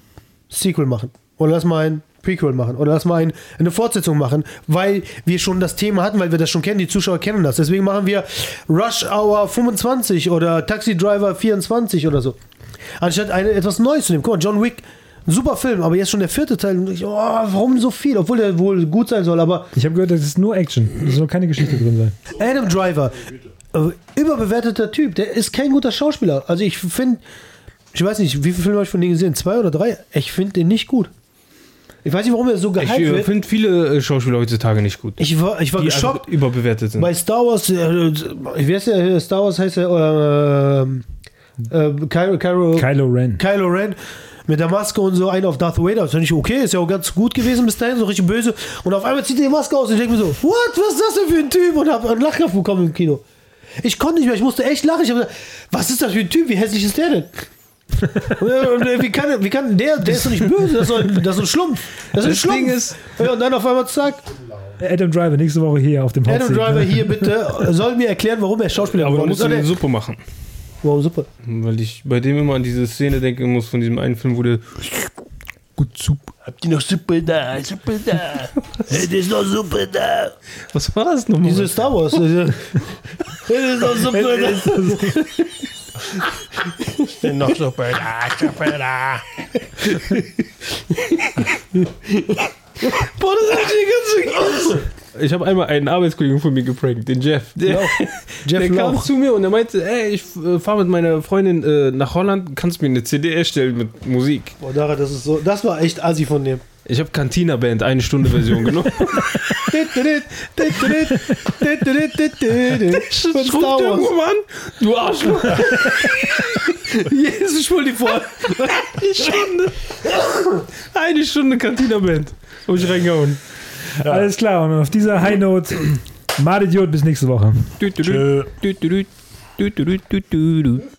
B: Sequel machen. Oder lass mal ein Prequel machen. Oder lass mal ein, eine Fortsetzung machen, weil wir schon das Thema hatten, weil wir das schon kennen. Die Zuschauer kennen das. Deswegen machen wir Rush Hour fünfundzwanzig oder Taxi Driver vierundzwanzig oder so. Anstatt eine, etwas Neues zu nehmen. Guck mal, John Wick, ein super Film, aber jetzt schon der vierte Teil. Und ich, oh, warum so viel? Obwohl der wohl gut sein soll, aber
A: Ich habe gehört, das ist nur Action. Es soll keine Geschichte drin sein.
B: Adam Driver, äh, überbewerteter Typ, der ist kein guter Schauspieler. Also ich finde, ich weiß nicht, wie viele Filme habe ich von denen gesehen? Zwei oder drei? Ich finde den nicht gut. Ich weiß nicht, warum er so
D: Ich
B: gehypt
D: äh,
B: wird.
D: finde viele äh, Schauspieler heutzutage nicht gut.
B: Ich war, ich war
D: die
B: geschockt.
D: einfach überbewertet sind.
B: Bei Star Wars, äh, ich weiß ja, Star Wars heißt ja, äh, äh, Kylo, Kylo,
A: Kylo Ren.
B: Kylo Ren mit der Maske und so, einen auf Darth Vader. Das fand ich okay, ist ja auch ganz gut gewesen bis dahin, so richtig böse. Und auf einmal zieht er die Maske aus und ich denke mir so, what, was ist das denn für ein Typ? Und hab einen Lachkraft bekommen im Kino. Ich konnte nicht mehr, ich musste echt lachen. Ich habe gesagt, was ist das für ein Typ? Wie hässlich ist der denn? Und, äh, wie, kann, wie kann der, der ist doch nicht böse, das ist, doch ein, das ist ein Schlumpf. Das ist ein
D: Das
B: Schlumpf.
D: Ding ist-
B: ja, und dann auf einmal zack,
A: Adam Driver nächste Woche hier auf dem
B: Adam
A: Hotseat,
B: Driver
A: ne?
B: hier bitte, soll mir erklären, warum er Schauspieler
D: Aber du
B: geworden
D: musst
B: ist.
D: eine
B: Oder-
D: Suppe machen.
B: Wow, super.
D: Weil ich bei dem immer an diese Szene denken muss von diesem einen Film, wo der gut Suppe.
C: Habt ihr noch Suppe da? Suppe da? Es ist noch Suppe da.
D: Was war das nochmal?
B: Diese Star Wars. Diese, es ist noch super.
C: Ich bin noch so bei da, ich bin bei da.
B: Boah, das ist die ganze
D: Ich habe einmal einen Arbeitskollegen von mir geprankt, den Jeff. Der,
B: Jeff
D: der kam
B: Lauch.
D: zu mir und er meinte, ey, ich äh, fahre mit meiner Freundin äh, nach Holland, kannst du mir eine C D erstellen mit Musik?
B: Boah, Dara, das ist so, das war echt assi von dem.
D: Ich habe Cantina Band, eine Stunde Version genommen.
B: Von Star Wars.
D: Mann, du Arschloch.
B: Jesus, ich hol die vor.
D: Eine Stunde. Eine Stunde Cantina Band. Hab ich reingehauen.
A: Alles klar, und auf dieser High Note, Mad Idiot, bis nächste Woche.
D: Du, du, du, du, du, du, du, du, du, du, du.